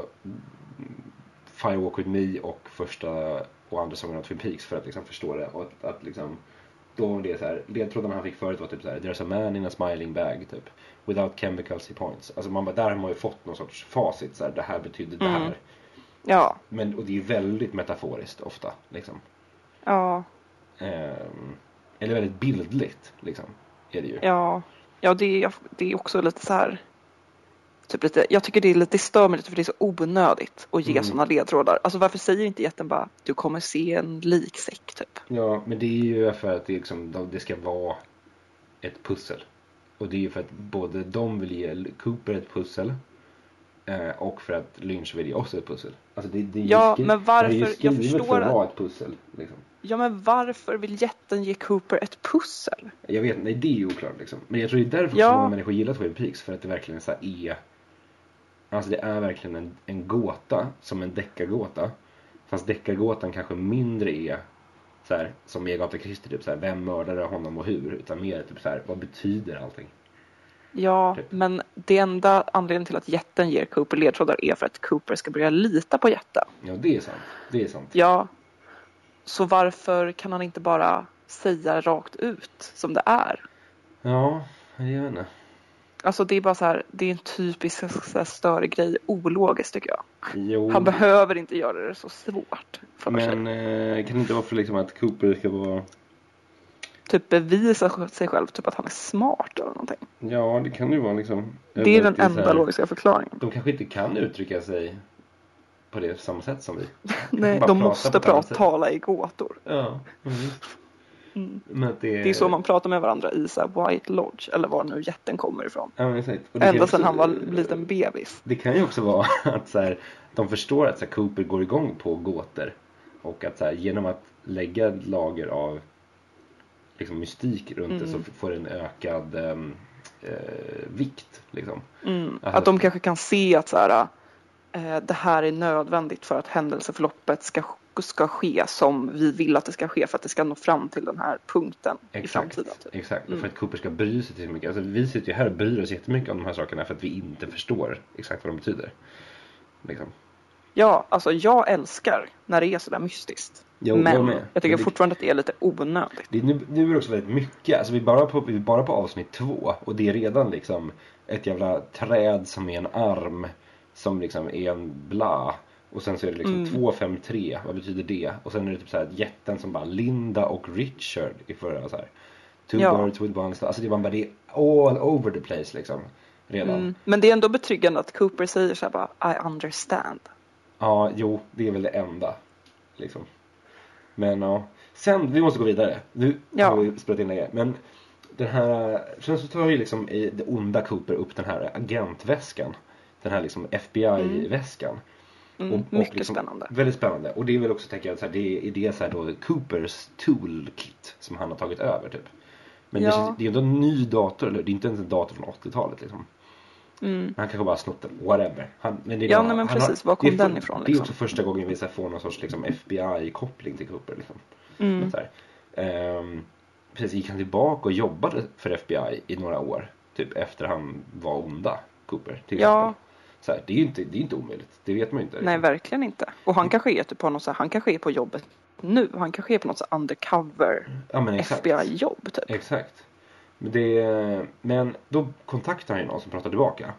Firewalk With Me och första och andra säsongen av Twin Peaks för att liksom förstå det. Och att, att liksom, då var det så här, ledtrådarna han fick förut var typ så här, there's a man in a smiling bag typ, without chemicals he points. Alltså man bara, där har man ju fått någon sorts facit så här, det här betyder det Mm. här. Ja, Men, och det är väldigt metaforiskt ofta liksom. ja, Ehm, eller väldigt bildligt liksom, är det ju. ja. Ja, det är, det är också lite så här... Typ lite, jag tycker det är lite störigt för det är så onödigt att ge Mm. sådana ledtrådar. Alltså varför säger inte jätten bara, du kommer se en liksäck typ? Ja, men det är ju för att det, liksom, det ska vara ett pussel. Och det är ju för att både de vill ge Cooper ett pussel Eh, och för att Lynch vill ge oss ett pussel. Alltså det, det är Ja, skri- men varför- det är ju jag skrivet förstår för att att- vara ett pussel. Liksom. Ja, men varför vill jätten ge Cooper ett pussel? Jag vet, nej det är ju oklart liksom. Men jag tror det är därför Ja. så många människor gillar Twin Peaks. För att det verkligen så här är... Alltså det är verkligen en, en gåta. Som en deckargåta. Fast deckargåtan kanske mindre är... Så här, som i Agatha Christie, typ så här, vem mördade honom och hur? Utan mer typ så här, vad betyder allting? Ja, Typ. men det enda anledningen till att jätten ger Cooper ledtrådar är för att Cooper ska börja lita på jätten. Ja, det är sant. Det är sant. Ja, så varför kan han inte bara säga rakt ut som det är? Ja, jag vet inte. Alltså det är bara så här, det är en typisk så här, större grej, ologiskt tycker jag. Jo, Han behöver inte göra det så svårt för sig. men eh, kan det inte vara för liksom att Cooper ska vara... Typ bevisa sig själv, typ att han är smart eller någonting. Ja, det kan ju vara liksom... Det är den så enda här- logiska förklaringen. De kanske inte kan uttrycka sig på det samma sätt som vi. Nej, bara de prata måste på ett annat prata, sätt. tala i gåtor. Ja. Mm. Men att det, Det är så man pratar med varandra i så här White Lodge, eller var nu jätten kommer ifrån. Ja, men exakt. Och det kan Ända också- sedan han var en liten bebis. Det kan ju också vara att så här, de förstår att så här, Cooper går igång på gåtor. Och att så här, genom att lägga ett lager av liksom, mystik runt Mm. det så får det en ökad ehm, eh, vikt. Liksom. Mm. Alltså, Att de kanske kan se att så här, eh, det här är nödvändigt för att händelseförloppet ska, ska ske som vi vill att det ska ske för att det ska nå fram till den här punkten i Exakt, framtiden. Typ. exakt. Mm. För att Cooper ska bry sig till mycket. Alltså, vi sitter ju här och bryr oss jättemycket om de här sakerna för att vi inte förstår exakt vad de betyder. Liksom. Ja, alltså jag älskar när det är sådär mystiskt. Jo, jag Men med. jag tycker Men det- fortfarande att det är lite onödigt. Det är, nu, nu är det också väldigt mycket. Alltså vi är bara på, vi är bara på avsnitt två. Och det är redan liksom ett jävla träd som är en arm. Som liksom är en bla. Och sen så är det liksom Mm. två fem tre. Vad betyder det? Och sen är det typ så här jätten som bara Linda och Richard i förra så här. Two Ja. birds with one stone. Alltså det var bara det all over the place liksom. Redan. Mm. Men det är ändå betryggande att Cooper säger så här bara I understand. Ja, jo, det är väl det enda. Liksom. Men ja. Sen, vi måste gå vidare. Nu Ja. har vi spelat in det. Men den här, sen så tar ju liksom i det onda Cooper upp den här agentväskan. Den här liksom F B I-väskan. Mm. Mycket spännande. Väldigt spännande. Och det är väl också, tänker jag, så här, det är det så här då Coopers toolkit som han har tagit över typ. Men Ja. det, känns- det är ju ändå en ny dator, eller det är inte ens en dator från åttiotalet liksom. Mm. Han kanske bara snott den, whatever. Han, men det är Ja, bara- nej, men han precis. Var kom det är den för- ifrån, Det är liksom? också första gången vi så här får någon sorts liksom, F B I-koppling till Cooper. Liksom. Mm. Så här. Ehm, precis, gick han tillbaka och jobbade för F B I i några år. Typ efter han var onda, Cooper. Till Ja. exempel. Så här, det är ju inte, det är inte omöjligt. Det vet man ju inte. Nej, liksom. verkligen inte. Och han kanske är typ på något så här, han kanske är på jobbet nu. Han kanske är på något så här undercover Ja, men F exakt. B I-jobb typ. Exakt. Men, det, men då kontaktar han ju någon som pratar tillbaka.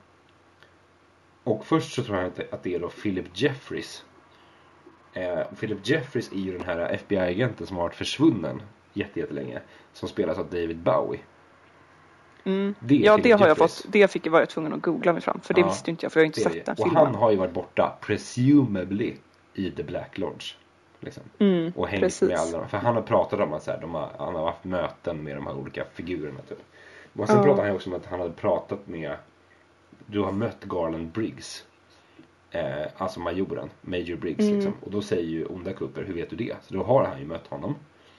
Och först så tror jag inte att det är då Philip Jeffries. Eh, Philip Jeffries är ju den här F B I-agenten som har varit försvunnen jätte, jättelänge. Som spelas av David Bowie. Mm. Det är Ja, Philip det har jag Jeffries. fått. Det fick jag vara jag tvungen att googla mig fram. För det Ja, visste inte jag, för jag har inte Det är sett den det. Och filmen. han har ju varit borta, presumably, i The Black Lodge. Liksom. Mm, Och hängt precis. med alla. För han har pratat om att så här, de har, han har haft möten med de här olika figurerna. Typ. Och sen Ja. pratade han ju också om att han hade pratat med... Du har mött Garland Briggs. Eh, alltså majoren, Major Briggs. Mm. Liksom. Och då säger ju onda Cooper, hur vet du det? Så då har han ju mött honom.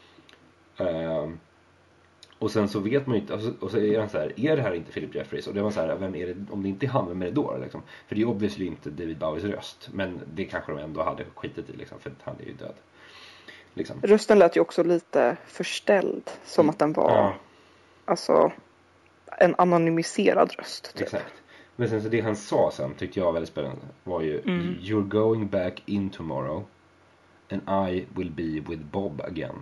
Eh, och sen så vet man ju inte, alltså, och så är han så här, är det här inte Philip Jeffries? Och det var så här, vem är det, om det inte är han, vem är det då? Liksom? För det är obviously inte David Bowies röst. Men det kanske de ändå hade skitit i, liksom, för han är ju död. Liksom. Rösten lät ju också lite förställd. Som att den var Ja. alltså en anonymiserad röst. Typ. Exakt. Men sen så det han sa sen tyckte jag var väldigt spännande var ju Mm. You're going back in tomorrow and I will be with Bob again.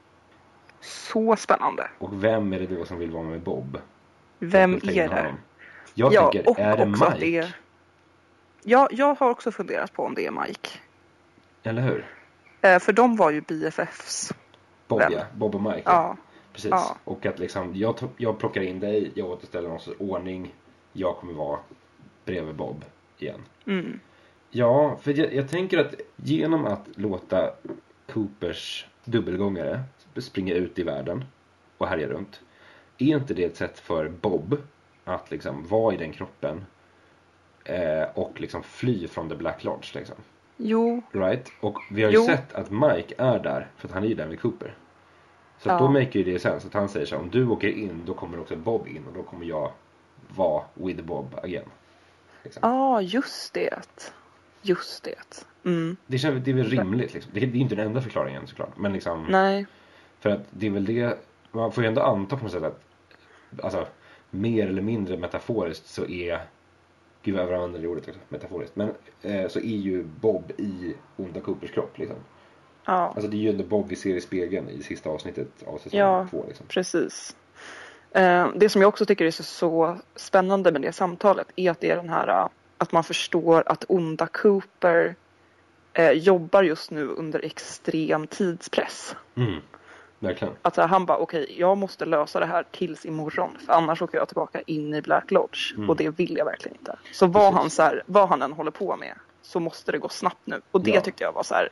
Så spännande. Och vem är det då som vill vara med Bob? Vem Jag vill tänka är det? honom. Jag Ja, tänker, och är det också Mike? att det är... Ja, jag har också funderat på om det är Mike. Eller hur? Eh, för de var ju B F Fs. Bob, Vem? ja. Bob och Mike. Ja. Precis. Ja. Och att liksom, jag, to- jag plockar in dig, jag återställer någon sorts ordning. Jag kommer vara bredvid Bob igen. Mm. Ja, för jag, jag tänker att genom att låta Coopers dubbelgångare springa ut i världen och härja runt, är inte det ett sätt för Bob att liksom vara i den kroppen eh, och liksom fly från The Black Lodge liksom. Jo. Right? Och vi har ju Jo. sett att Mike är där för att han är ju där med Cooper. Så Ja. då make ju det sens att han säger så här, om du åker in då kommer också Bob in och då kommer jag vara with Bob again. Liksom. Ja, ah, just det. Just det. Mm. Det, känns, det är väl rimligt liksom. Det är, det är inte den enda förklaringen såklart. Men liksom, Nej. för att det är väl det, man får ju ändå anta på något sätt att alltså, mer eller mindre metaforiskt så är, gud vad jag använder det ordet också, metaforiskt. Men eh, så är ju Bob i onda Coopers kropp liksom. Ja. Alltså det är ju ändå Bob vi ser i spegeln i sista avsnittet av säsong Ja, två liksom. Precis. Eh, det som jag också tycker är så, så spännande med det samtalet är att det är den här uh, att man förstår att onda Cooper eh, jobbar just nu under extrem tidspress. Mm, verkligen. Att uh, han bara, okej, okay, jag måste lösa det här tills imorgon för annars åker jag tillbaka in i Black Lodge mm. och det vill jag verkligen inte. Så vad han, så här, vad han än håller på med så måste det gå snabbt nu. Och det ja. tyckte jag var så här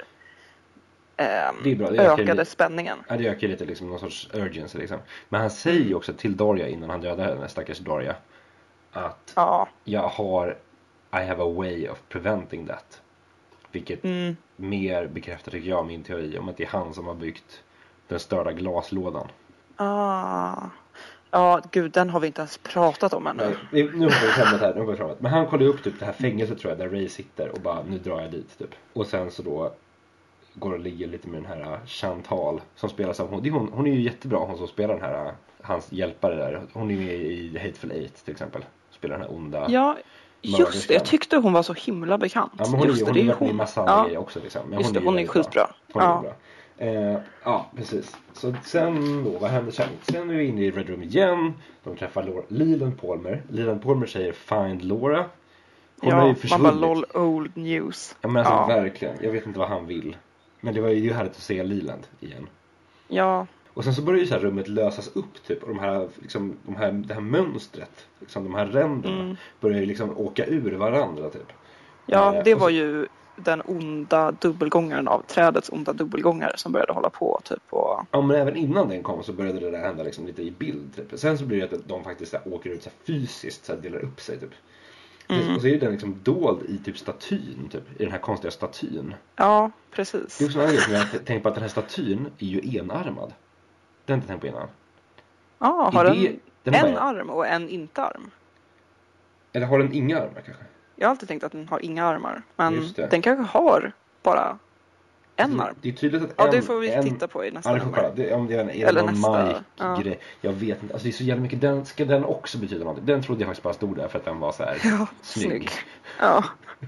eh, det är bra. Det ökade lite, spänningen. Ja, det ökar lite liksom någon sorts urgency liksom. Men han säger ju också till Daria innan han dödar henne, stackars Daria, att ja. jag har I have a way of preventing that. Vilket mm. mer bekräftar tycker jag min teori om att det är han som har byggt den störda glaslådan. Ah. Ja, gud, den har vi inte ens pratat om ännu. Nej, nu har vi framåt här, nu har vi framåt. Men han kollar upp typ det här fängelset tror jag, där Ray sitter och bara, nu drar jag dit typ. Och sen så då går och ligger lite med den här Chantal som spelar av hon, hon, hon är ju jättebra, hon som spelar den här, hans hjälpare där. Hon är med i Hateful Eight till exempel. Spelar den här onda. Ja, just det. Jag tyckte hon var så himla bekant. Ja, men hon just är, hon det, är, det är hon. i massa andra grejer också liksom. Men just hon det, är hon är skitbra. Hon ja. är bra. Eh, ja, precis. Så sen då, vad händer sen? Sen är vi inne i Red Room igen. De träffar Laura, Leland Palmer. Leland Palmer säger find Laura. Hon ja, har ju försvunnit. Man bara lol old news. Ja, men alltså ja. verkligen. Jag vet inte vad han vill. Men det var ju härligt att se Leland igen. Ja. Och sen så börjar ju så här rummet lösas upp typ. Och de här, liksom, de här, det här mönstret. Liksom, de här ränderna. Mm. Börjar ju liksom åka ur varandra typ. Ja, eh, det var så, ju den onda dubbelgångaren av trädets onda dubbelgångare som började hålla på typ. Och... Ja, men även innan den kom så började det där hända liksom lite i bild typ. Sen så blir det att de faktiskt så här, åker ut så här, fysiskt så här, delar upp sig typ. Mm. Och så är den liksom dold i typ statyn typ, i den här konstiga statyn. Ja, precis. Det är också en grej som jag tänker på att den här statyn är ju enarmad. Det har jag inte tänkt på innan. Ja, har det, den, den en bara... arm och en inte arm? Eller har den inga armar kanske? Jag har alltid tänkt att den har inga armar. Men den kanske har bara en det, arm. Det är tydligt att ja, en, det får vi en, titta på i nästa ja, nummer. Det, om det är en, är Eller någon nästa. Mike-grej. Ja. Jag vet inte. Alltså det är så jävla mycket. Den, ska den också betyda någonting? Den trodde jag faktiskt bara stod där för att den var så här ja, snygg. snygg. Ja.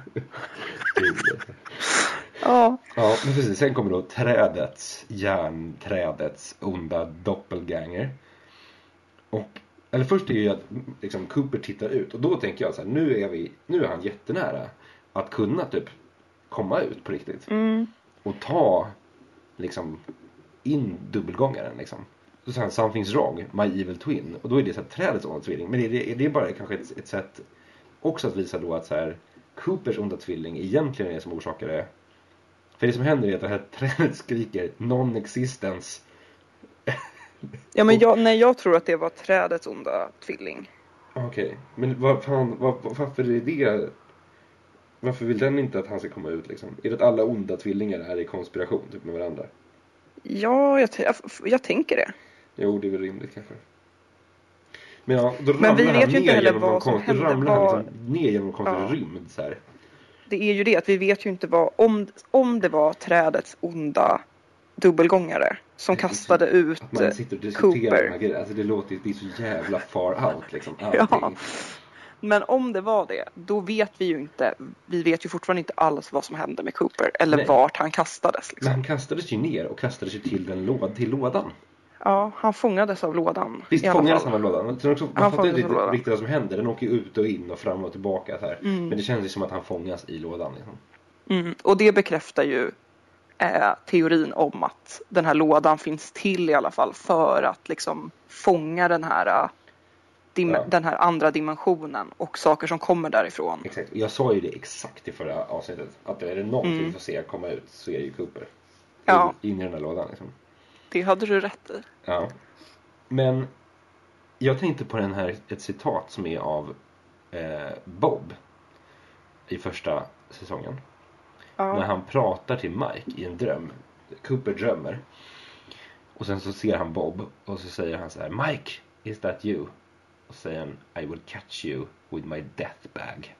ja. Ja, men precis. Sen kommer då trädets, järnträdets onda doppelganger. Och eller först är det ju att liksom, Cooper tittar ut. Och då tänker jag så här, nu är vi, nu är han jättenära att kunna typ komma ut på riktigt. Mm. Och ta liksom in dubbelgångaren liksom. Så säger han, something's wrong, my evil twin. Och då är det så här trädets onda tvilling. Men är det, är det bara kanske ett, ett sätt också att visa då att så här, Coopers onda tvilling egentligen är det som orsakar det. För det som händer är att det här trädet skriker non-existence. Ja, men jag, nej, jag tror att det var trädets onda tvilling. Okej, okay. Men vad fan, vad, varför är det... Varför vill den inte att han ska komma ut liksom? Är det att alla onda tvillingar är i konspiration typ med varandra? Ja, jag, jag, jag tänker det. Jo, det är väl rimligt kanske. Men ja, då men vi vet ju inte heller vad som konst, hände. Ramlar var... han liksom ner genom en konstig ja. rymd så här. Det är ju det att vi vet ju inte vad... Om, om det var trädets onda dubbelgångare som kastade ut att man sitter och diskuterar de här grejerna. Alltså det låter det är så jävla far out liksom. Ja. Men om det var det, då vet vi ju inte, vi vet ju fortfarande inte alls vad som hände med Cooper eller Nej. vart han kastades liksom. Men han kastades ju ner och kastades ju till den låd, till lådan. Ja, han fångades av lådan. Visst fångades han av lådan. Så också, man fattar inte lådan. riktigt vad som händer. Den åker ut och in och fram och tillbaka så här. Mm. Men det känns ju som att han fångas i lådan liksom. Mm. Och det bekräftar ju eh, teorin om att den här lådan finns till i alla fall för att liksom fånga den här uh, dim- ja. den här andra dimensionen och saker som kommer därifrån. Exakt. Jag sa ju det exakt i förra avsnittet att är det någonting mm. vi får se komma ut så är det ju Cooper. Ja. In i den här lådan liksom. Det hade du rätt i. Ja. Men jag tänkte på den här ett citat som är av eh, Bob i första säsongen. Ja. När han pratar till Mike i en dröm. Cooper drömmer. Och sen så ser han Bob och så säger han så här: Mike, is that you? Och så säger han: I will catch you with my death bag.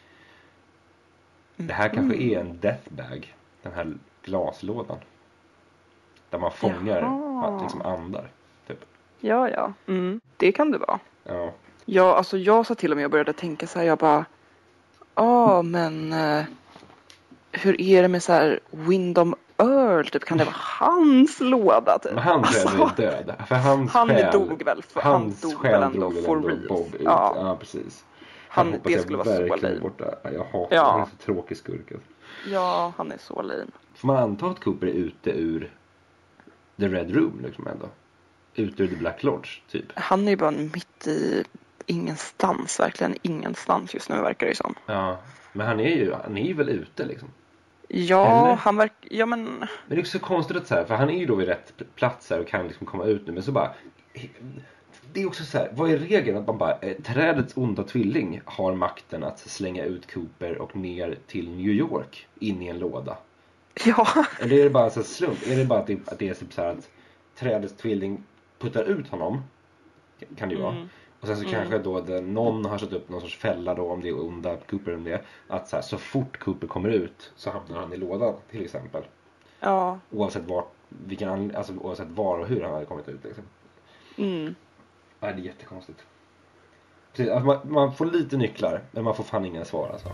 Det här kanske är en death bag. Den här glaslådan. Där man fångar Jaha. liksom andar. Typ. Ja, ja. Mm. Det kan det vara. Ja. Ja, alltså jag sa till och med och började tänka så här, jag bara, ja men eh, hur är det med så här Windom Earl, typ kan det vara hans låda typ? Men han tror jag är död. För hans Han själ, dog väl, för han hans dog själ väl ändå drog väl for ändå real. Bob ut. Ja. Ja, precis. Han, hoppas det jag skulle vara så verkligen lame. borta. Jag hatar Ja. han är så tråkig skurk. Alltså. Ja, han är så lame. Får man anta att Cooper är ute ur The Red Room liksom ändå? Ute ur The Black Lodge typ. Han är ju bara mitt i ingenstans, verkligen ingenstans just nu verkar det ju som. Ja, men han är ju, han är ju väl ute liksom. Ja, Eller? han verkar, ja men... Men det är också så konstigt att så här, för han är ju då vid rätt plats här och kan liksom komma ut nu, men så bara... Det är också så här, vad är regeln att man bara, eh, trädets onda tvilling har makten att slänga ut Cooper och ner till New York in i en låda? Ja, Eller är det bara så slump? Är det bara att det, att det är typ så här att trädets tvilling puttar ut honom? Kan det ju vara. Mm. Och sen så kanske då det, någon har satt upp någon sorts fälla då, om det är onda Cooper om det. Att så, här, så fort Cooper kommer ut så hamnar han i lådan till exempel. ja. Oavsett var, vilken, an- alltså, oavsett var och hur han hade kommit ut liksom. Mm. Ja, det är jättekonstigt. Precis, alltså man, man får lite nycklar, men man får fan inga svar alltså.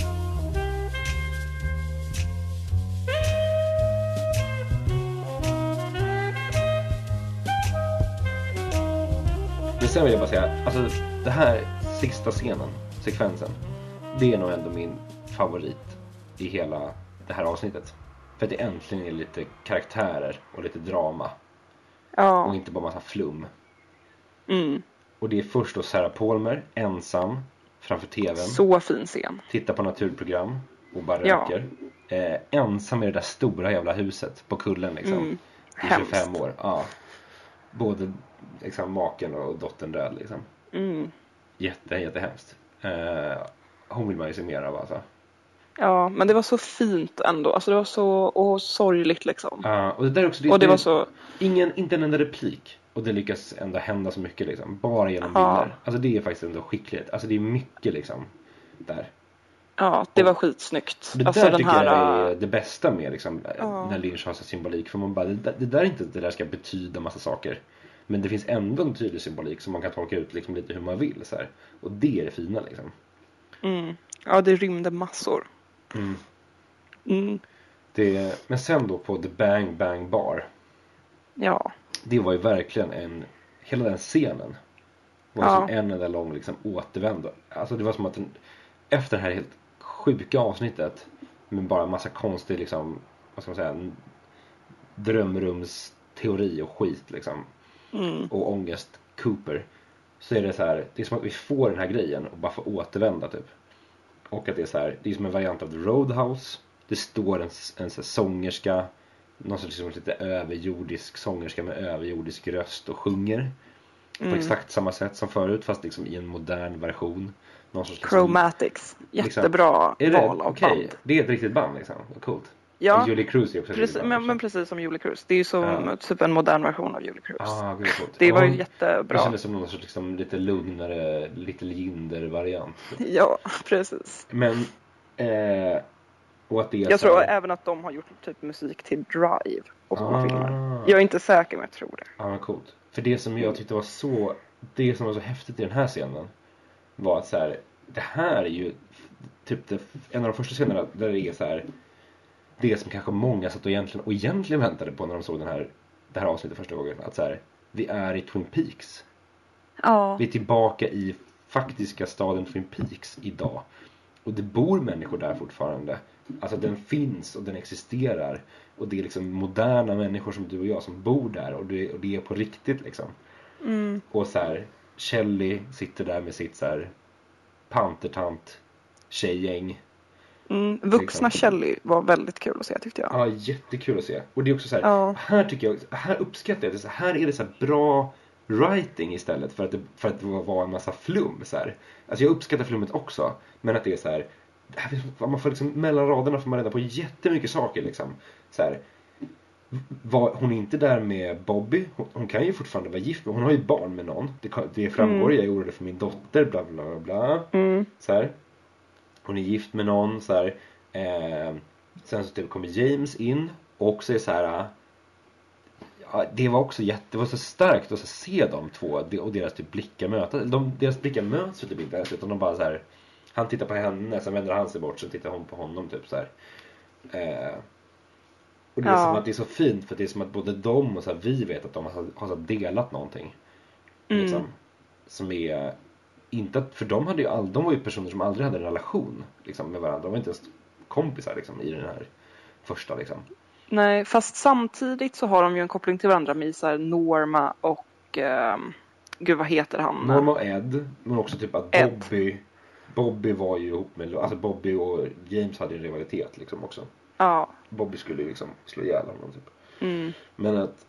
Men sen vill jag bara säga, alltså det här sista scenen, sekvensen, det är nog ändå min favorit i hela det här avsnittet. För att det äntligen är lite karaktärer och lite drama. Och Ja. inte bara massa flum. Mm. Och det är först då Sarah Palmer, ensam, framför tvn. Så fin scen. Tittar på naturprogram och bara Ja. röker. Eh, ensam i det där stora jävla huset på kullen liksom. Mm. I tjugofem Hemskt. år. Ja. Både liksom, maken och dottern död liksom. Mm. Jätte, jättehemskt. Eh, hon vill man ju se mer av alltså. Ja, men det var så fint ändå. Alltså det var så och sorgligt liksom. Ja, och det där är också... Och det var så... Ingen, inte en enda replik. Och det lyckas ändå hända så mycket liksom. Bara genom Ja. bilder. Alltså det är faktiskt ändå skickligt. Alltså det är mycket liksom. Där. Ja, det var skitsnyggt. Det Alltså där den tycker här... jag är det bästa med liksom, Ja. när Lynch har så symbolik. För man bara, det, där- det där är inte det där ska betyda massa saker. Men det finns ändå en tydlig symbolik som man kan tolka ut liksom, lite hur man vill. Så här. Och det är det fina liksom. Mm. Ja, det rymde massor. Mm. Mm. Det, men sen då på The Bang Bang Bar. Ja. Det var ju verkligen en... Hela den scenen var Ja. som en enda lång liksom, återvändo. Alltså det var som att den, efter det här helt sjuka avsnittet med bara en massa konstig liksom, vad ska man säga, en drömrumsteori och skit liksom. Mm. Och ångest Cooper. Så är det så här, det är som att vi får den här grejen och bara får återvända typ. Och att det är så här, det är som en variant av The Roadhouse. Det står en, en så här, sångerska, någon sorts liksom, lite överjordisk sångerska med överjordisk röst och sjunger. Mm. På exakt samma sätt som förut, fast liksom i en modern version. Någon sorts, liksom, Chromatics. Jättebra är det, val av okej, band. det är ett riktigt band liksom, vad coolt. Ja. Och Julie Cruz är också ett Precis, riktigt band, men, också. men precis som Julie Cruz. Det är ju som Ja. typ en modern version av Julie Cruz. Ah, gud, coolt. Det var ju Ja, det jättebra. kändes som någon sorts liksom, lite lugnare, lite linder variant. Ja, precis. Men eh, och att det är Jag så tror här- även att de har gjort typ musik till Drive och sådana Ah. filmer. Jag är inte säker, men jag tror det. Ja, men coolt. För det som jag tyckte var så, det som var så häftigt i den här scenen var att så här, det här är ju typ det, en av de första scenerna där det är så här, det som kanske många satt och egentligen, och egentligen väntade på när de såg den här, det här avsnittet första gången, att så här, vi är i Twin Peaks. Ja. Vi är tillbaka i faktiska staden Twin Peaks idag. Och det bor människor där fortfarande. Alltså den finns och den existerar. Och det är liksom moderna människor som du och jag som bor där. Och det, och det är på riktigt liksom. Mm. Och så här, Shelley sitter där med sitt så här pantertant tjejgäng. Mm. Vuxna Shelley var väldigt kul att se, tyckte jag. Ja, jättekul att se. Och det är också så här, Ja. här tycker jag, här uppskattar jag det. Så här är det så här bra writing istället för att det, för att det var en massa flum så här. Alltså jag uppskattar flummet också, men att det är så här, man får liksom, mellan raderna får man reda på jättemycket saker liksom. Så här, var, hon är inte där med Bobby. Hon, hon kan ju fortfarande vara gift, men hon har ju barn med någon. Det, det framgår, mm. jag gjorde det för min dotter, bla bla bla. Mm. Så här. Hon är gift med någon, så här. Eh, sen så typ kommer James in och så är så här. Ja, det var också jätte, det var så starkt att så se de två och deras typ blickar mötas. De, deras blickar möts typ inte ens, utan de bara så här. Han tittar på henne, sen vänder han sig bort, så tittar hon på honom typ så här. Eh, och det är ja. som att det är så fint, för det är som att både de och så här, vi vet att de har, har så delat någonting. Mm. Liksom, som är inte att, för de hade ju all, de var ju personer som aldrig hade en relation liksom, med varandra. De var inte ens kompisar liksom, i den här första liksom. Nej, fast samtidigt så har de ju en koppling till varandra med så här Norma och eh, gud, vad heter han? Norma och Ed, men också typ att Ed. Bobby Bobby var ju ihop med, alltså Bobby och James hade en rivalitet liksom också. Ja. Bobby skulle ju liksom slå ihjäl honom typ. Mm. Men att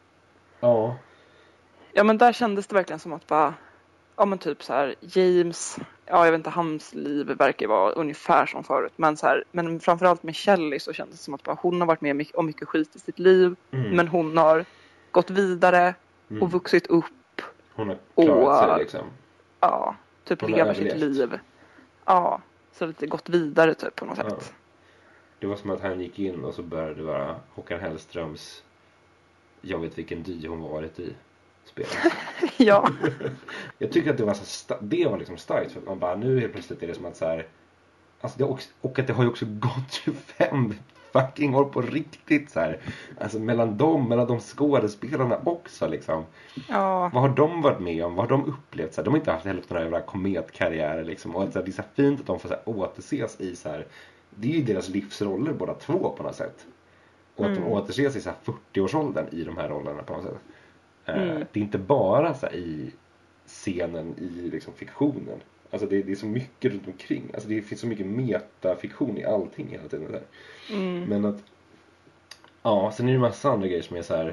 ja. Ja, men där kändes det verkligen som att bara, ja men typ så här James, ja jag vet inte, hans liv verkar vara ungefär som förut, men så här, men framförallt med Shelley så kändes det som att bara, hon har varit med om mycket skit i sitt liv, mm. men hon har gått vidare mm. och vuxit upp. Hon har klarat och, sig liksom. Ja, typ lever sitt liv. Ja, så lite gått vidare typ på något ja. sätt. Det var som att han gick in och så började det vara Håkan Hellströms jag vet vilken dy hon varit i spelet. Ja. Jag tycker att det var så sta- det var liksom starkt, för att man bara, nu helt plötsligt är det som att så här, alltså det också, och att det har ju också gått tjugofem fucking år på riktigt så här. Alltså mellan dem, mellan de skådespelarna också liksom. Ja. Vad har de varit med om? Vad har de upplevt så här? De har inte haft hälften av jävla kometkarriärer liksom, och att så här, det är så fint att de får så här återses i så här, det är ju deras livsroller båda två på något sätt. Och att mm. de återses i så här fyrtio-årsåldern i de här rollerna på något sätt. Mm. Det är inte bara så här i scenen i liksom fiktionen. Alltså det, det är så mycket runt omkring. Alltså det finns så mycket metafiktion i allting hela tiden där. Mm. Men att ja, sen är det en massa andra grejer som är så här.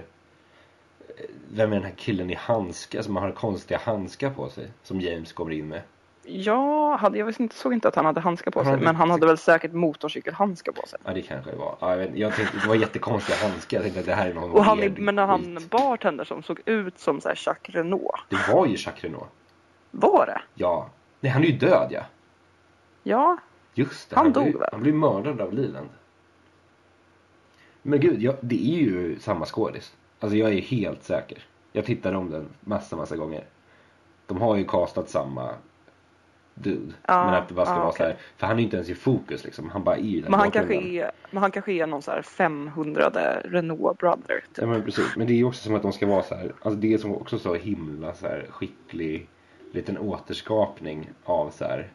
Vem är den här killen i handskar som har konstiga handskar på sig som James kommer in med? Ja, hade, jag visste inte, såg inte att han hade handskar på han sig. hade, men han hade väl säkert motorcykelhandskar på sig. Ja, det kanske det var. Ja, jag, vet, jag tänkte, det var jättekonstiga handskar. Jag tänkte att det här är någon och han, men när han bartender som såg ut som så här Jacques Renault. Det var ju Jacques Renault. Var det? Ja. Nej, han är ju död, ja. Ja. Just det. Han, han dog blev, väl? Han blev mördad av Leland. Men gud, jag, det är ju samma skådis. Alltså jag är helt säker. Jag tittade om den massa, massa gånger. De har ju castat samma dude. Ja, men att det bara ska ja, vara okay. så här. För han är ju inte ens i fokus liksom. Han bara är ju där. Men han kanske är, men han kanske är någon så här femhundrade Renault brother. Typ. Ja, men precis. Men det är ju också som att de ska vara så här. Alltså det är som också så himla så här skicklig liten återskapning av så här.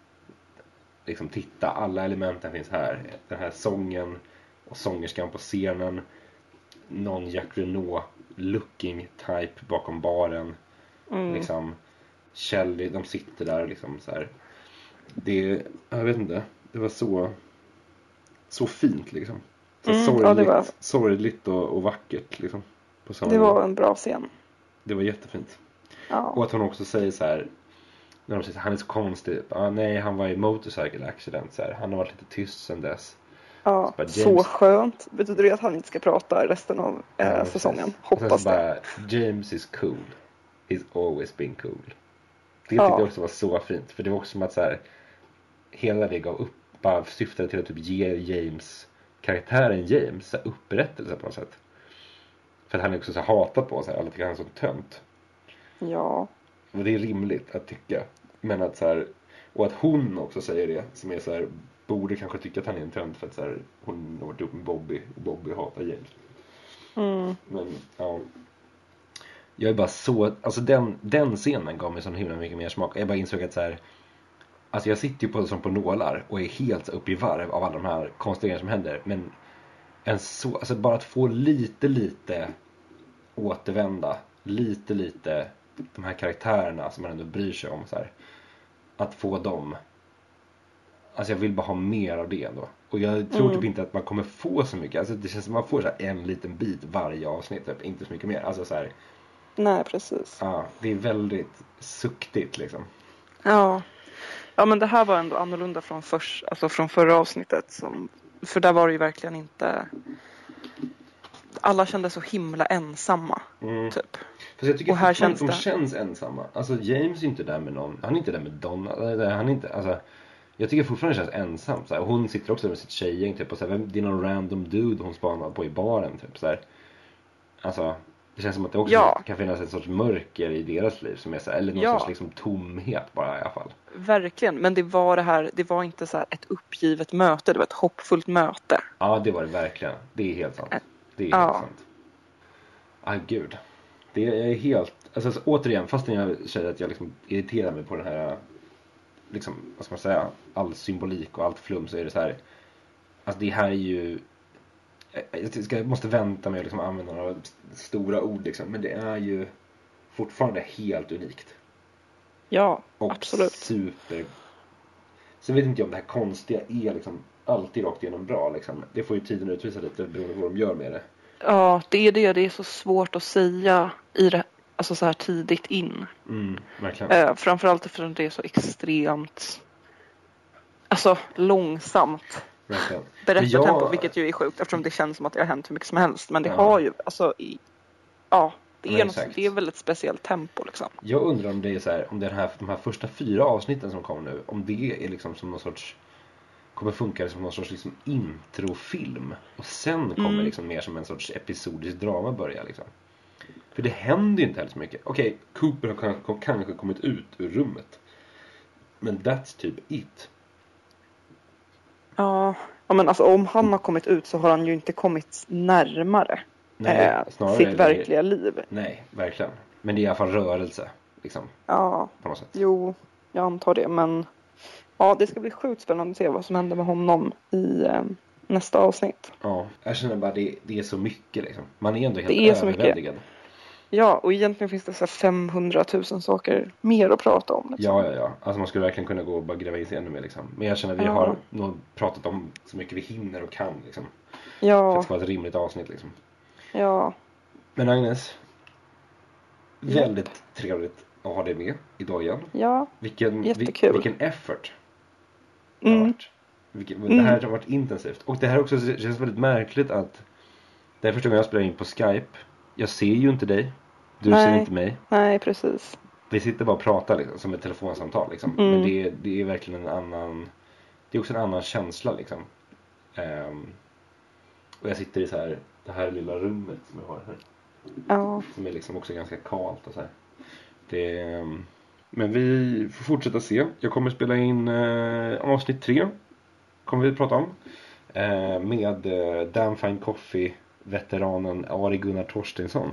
Liksom titta, alla elementen finns här. Den här sången och sångerskan på scenen. Någon Jacques Renault looking type bakom baren. Mm. Liksom Shelley, de sitter där liksom så här. Det, jag vet inte, det var så så fint liksom. Så mm, sorgligt, ja, det var... sorgligt och, och vackert liksom. På samma det var en bra scen. Det var jättefint. Ja. Och att hon också säger så här, när de säger han är så konstig. Ah, nej, han var i motorcycle accident så här. Han har varit lite tyst sen dess. Ja, så, James... så skönt. Betyder det att han inte ska prata resten av äh, ja, säsongen? Hoppas det. Bara, James is cool. He's always been cool. Det ja. tyckte jag också var så fint. För det var också som att så här, hela det gav upp. Bara syftade till att typ ge James, karaktären James, så här, upprättelse på något sätt. För att han är också så hatat på så här. Alla tycker han är så tönt. Ja. Och det är rimligt att tycka. Men att så här, och att hon också säger det. Som är så här, borde kanske tycka att han är en tönt. För att så här, hon har varit upp med Bobby. Och Bobby hatar James. Mm. Men ja. Jag är bara så, alltså den, den scenen gav mig så himla mycket mer smak. Jag bara insåg att så här, alltså jag sitter ju på som på nålar och är helt så upp i varv av alla de här konstiga grejer som händer. Men en så, alltså bara att få lite, lite återvända, lite, lite de här karaktärerna som man ändå bryr sig om så här. Att få dem, alltså jag vill bara ha mer av det ändå. Och jag tror mm. typ inte att man kommer få så mycket. Alltså det känns som att man får så här en liten bit varje avsnitt typ. Inte så mycket mer, alltså så här. Nej, precis. Ja, det är väldigt suktigt liksom. Ja. Ja, men det här var ändå annorlunda från, förs, alltså från förra avsnittet. Som, för där var det ju verkligen inte... Alla kände så himla ensamma, Mm. typ. Fast jag tycker Och här fortfarande känns att de det... känns ensamma. Alltså James är inte där med någon. Han är inte där med Donna. Han är inte, alltså, jag tycker fortfarande det känns ensam. Så här. Hon sitter också med sitt tjejgäng. Typ, och så här, det är någon random dude hon spanar på i baren. Typ, så här. Alltså, det känns som att det också Ja. kan finnas ett sorts mörker i deras liv. Som är så här, eller någon Ja. sorts liksom, tomhet bara i alla fall. Verkligen, men det var det här, det var inte så här ett uppgivet möte, det var ett hoppfullt möte. Ja, det var det verkligen. Det är helt sant. Det är Ja. helt sant. Aj, gud. Det är helt... Alltså, alltså återigen, fastän jag säger att jag liksom irriterar mig på den här... Liksom, vad ska man säga? All symbolik och allt flum, så är det så här... Alltså det här är ju... Jag ska, måste vänta med att liksom använda några stora ord liksom. Men det är ju fortfarande helt unikt. Ja, Och absolut. super... Så vet inte jag om det här konstiga är liksom alltid rakt igenom bra liksom. Det får ju tiden utvisa lite beroende på vad de gör med det. Ja, det är det. Det är så svårt att säga i det, alltså så här tidigt in. Mm, verkligen. Eh, framförallt för att det är så extremt, alltså långsamt verkligen. berättartempo, Jag- vilket ju är sjukt eftersom det känns som att det har hänt hur mycket som helst. Men det Ja. har ju, alltså, i, ja, det Men är, något, exakt. det är väl ett speciellt tempo liksom. Jag undrar om det är så här, om den här, de här första fyra avsnitten som kommer nu, om det är liksom som någon sorts, kommer funka som någon sorts liksom introfilm och sen kommer Mm. liksom mer som en sorts episodisk drama börja liksom. För det händer ju inte heller så mycket. Okej, Cooper har kanske, kanske kommit ut ur rummet. Men that's typ it. Ja, ja, men alltså om han har kommit ut så har han ju inte kommit närmare Nej, eh, snarare sitt är det- verkliga liv. Nej, verkligen. Men det är i alla fall rörelse liksom, Ja, på något sätt. jo, jag antar det. Men ja, det ska bli sjukt spännande att se vad som händer med honom i eh, nästa avsnitt. Ja, jag känner bara det, det är så mycket liksom. Man är ändå helt Det är så mycket. överväldigad. Ja, och egentligen finns det så här femhundratusen saker mer att prata om. Liksom. Ja, ja, ja. Alltså man skulle verkligen kunna gå och bara gräva in sig ännu mer liksom. Men jag känner att vi Ja. har nog pratat om så mycket vi hinner och kan liksom. För att Ja, det ska vara ett rimligt avsnitt liksom. ja, Men Agnes, Japp. väldigt trevligt att ha dig med idag igen. ja. Vilken, Jättekul. vil- vilken effort det har Mm. varit. Vilken, det här har varit intensivt. Och det här också känns väldigt märkligt att det är första gången jag spelar in på Skype. Jag ser ju inte dig. Du Nej. ser inte mig. Nej, precis. Vi sitter bara och pratar liksom, som ett telefonsamtal liksom. Mm. Men det är, det är verkligen en annan. Det är också en annan känsla liksom. Ehm, och jag sitter i så här, det här lilla rummet som jag har här. Ja, Som är liksom också ganska kalt och så här. Det är, ehm, men vi får fortsätta se. Jag kommer spela in eh, avsnitt tre. Kommer vi prata om. Eh, med eh, Damn Fine Coffee veteranen Ari Gunnar Torstensson.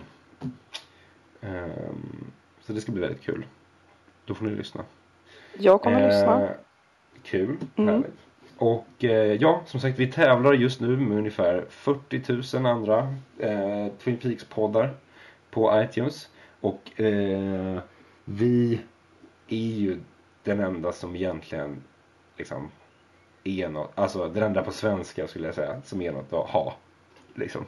Ehm, så det ska bli väldigt kul. Då får ni lyssna. jag kommer lyssna. Eh, Kul, Mm. härligt. Och eh, ja, som sagt, vi tävlar just nu med ungefär fyrtio tusen andra eh, Twin Peaks-poddar på iTunes. Och eh, vi är ju den enda som egentligen liksom är något, alltså den enda på svenska skulle jag säga, som är något att ha. Liksom.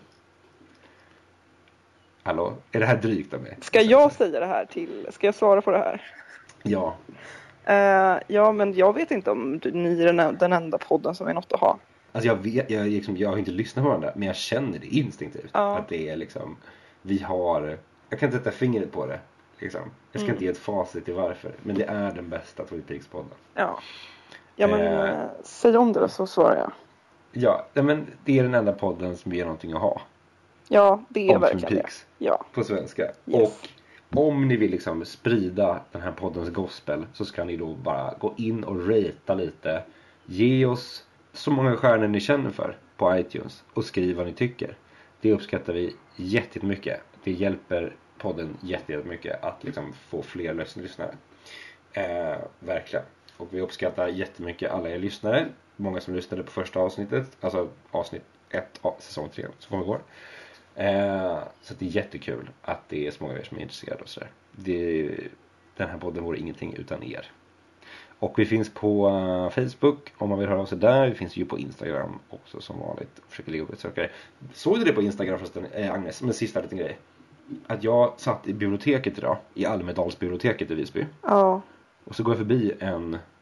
Hallå, är det här drygt av mig? Ska jag säga det här till, ska jag svara på det här? Ja. Eh, ja, men jag vet inte om du, ni är den, den enda podden som är något att ha. Alltså jag vet, jag, liksom, jag har inte lyssnat på varandra, men jag känner det instinktivt. Ja. Att det är liksom, vi har, jag kan inte sätta fingret på det. Liksom. Jag ska Mm. inte ge ett facit till varför, men det är den bästa Twin Peaks-podden. Ja, ja men Eh. eh, säg om det då, så svarar jag. Ja, nej, men det är den enda podden som ger någonting att ha. Ja, det är Om verkligen Twin det. Peaks. Ja, På svenska. Yes. Och om ni vill liksom sprida den här poddens gospel, så ska ni då bara gå in och ratea lite. Ge oss så många stjärnor ni känner för på iTunes och skriv vad ni tycker. Det uppskattar vi jättemycket. Det hjälper podden jättemycket att liksom få fler lyssnare. Eh, verkligen. Och vi uppskattar jättemycket alla er lyssnare. Många som lyssnade på första avsnittet. Alltså avsnitt ett av säsong tre som kommer igår. Eh, så det är jättekul att det är så många av er som är intresserade och sådär. Det, den här podden vore ingenting utan er. Och vi finns på uh, Facebook om man vill höra av sig där. Vi finns ju på Instagram också som vanligt. Försöker ligga upp ett sökare. Såg du det på Instagram förresten, eh, Agnes? Men sista liten grej. Att jag satt i biblioteket idag. I Almedalsbiblioteket i Visby. ja, Och så går jag förbi en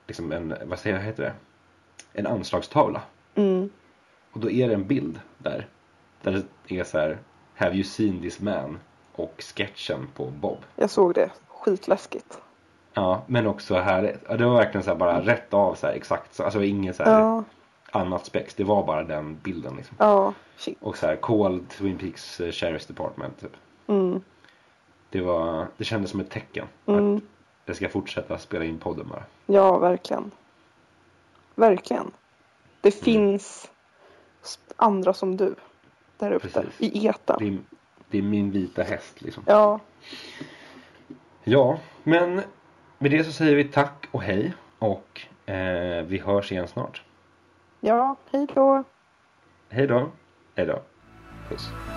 liksom en, vad säger jag heter det? En anslagstavla. Mm. Och då är det en bild där. Där det är så här, have you seen this man? Och sketchen på Bob. Jag såg det. Skitläskigt. Ja, men också här, ja, det var verkligen så här bara rätt av så här exakt så, alltså ingen så här Ja. annat spex, det var bara den bilden liksom. Ja, shit. Och så här call Twin Peaks uh, Sheriff's Department typ. Mm. Det var, det kändes som ett tecken Mm. att jag ska fortsätta spela in podden bara. Ja, verkligen. Verkligen. Det Mm. finns sp- andra som du där uppe Precis. i etern. Det är, det är min vita häst liksom. Ja, Ja, men med det så säger vi tack och hej och eh, vi hörs igen snart. ja, hej då. Hej då. Hej då. Puss.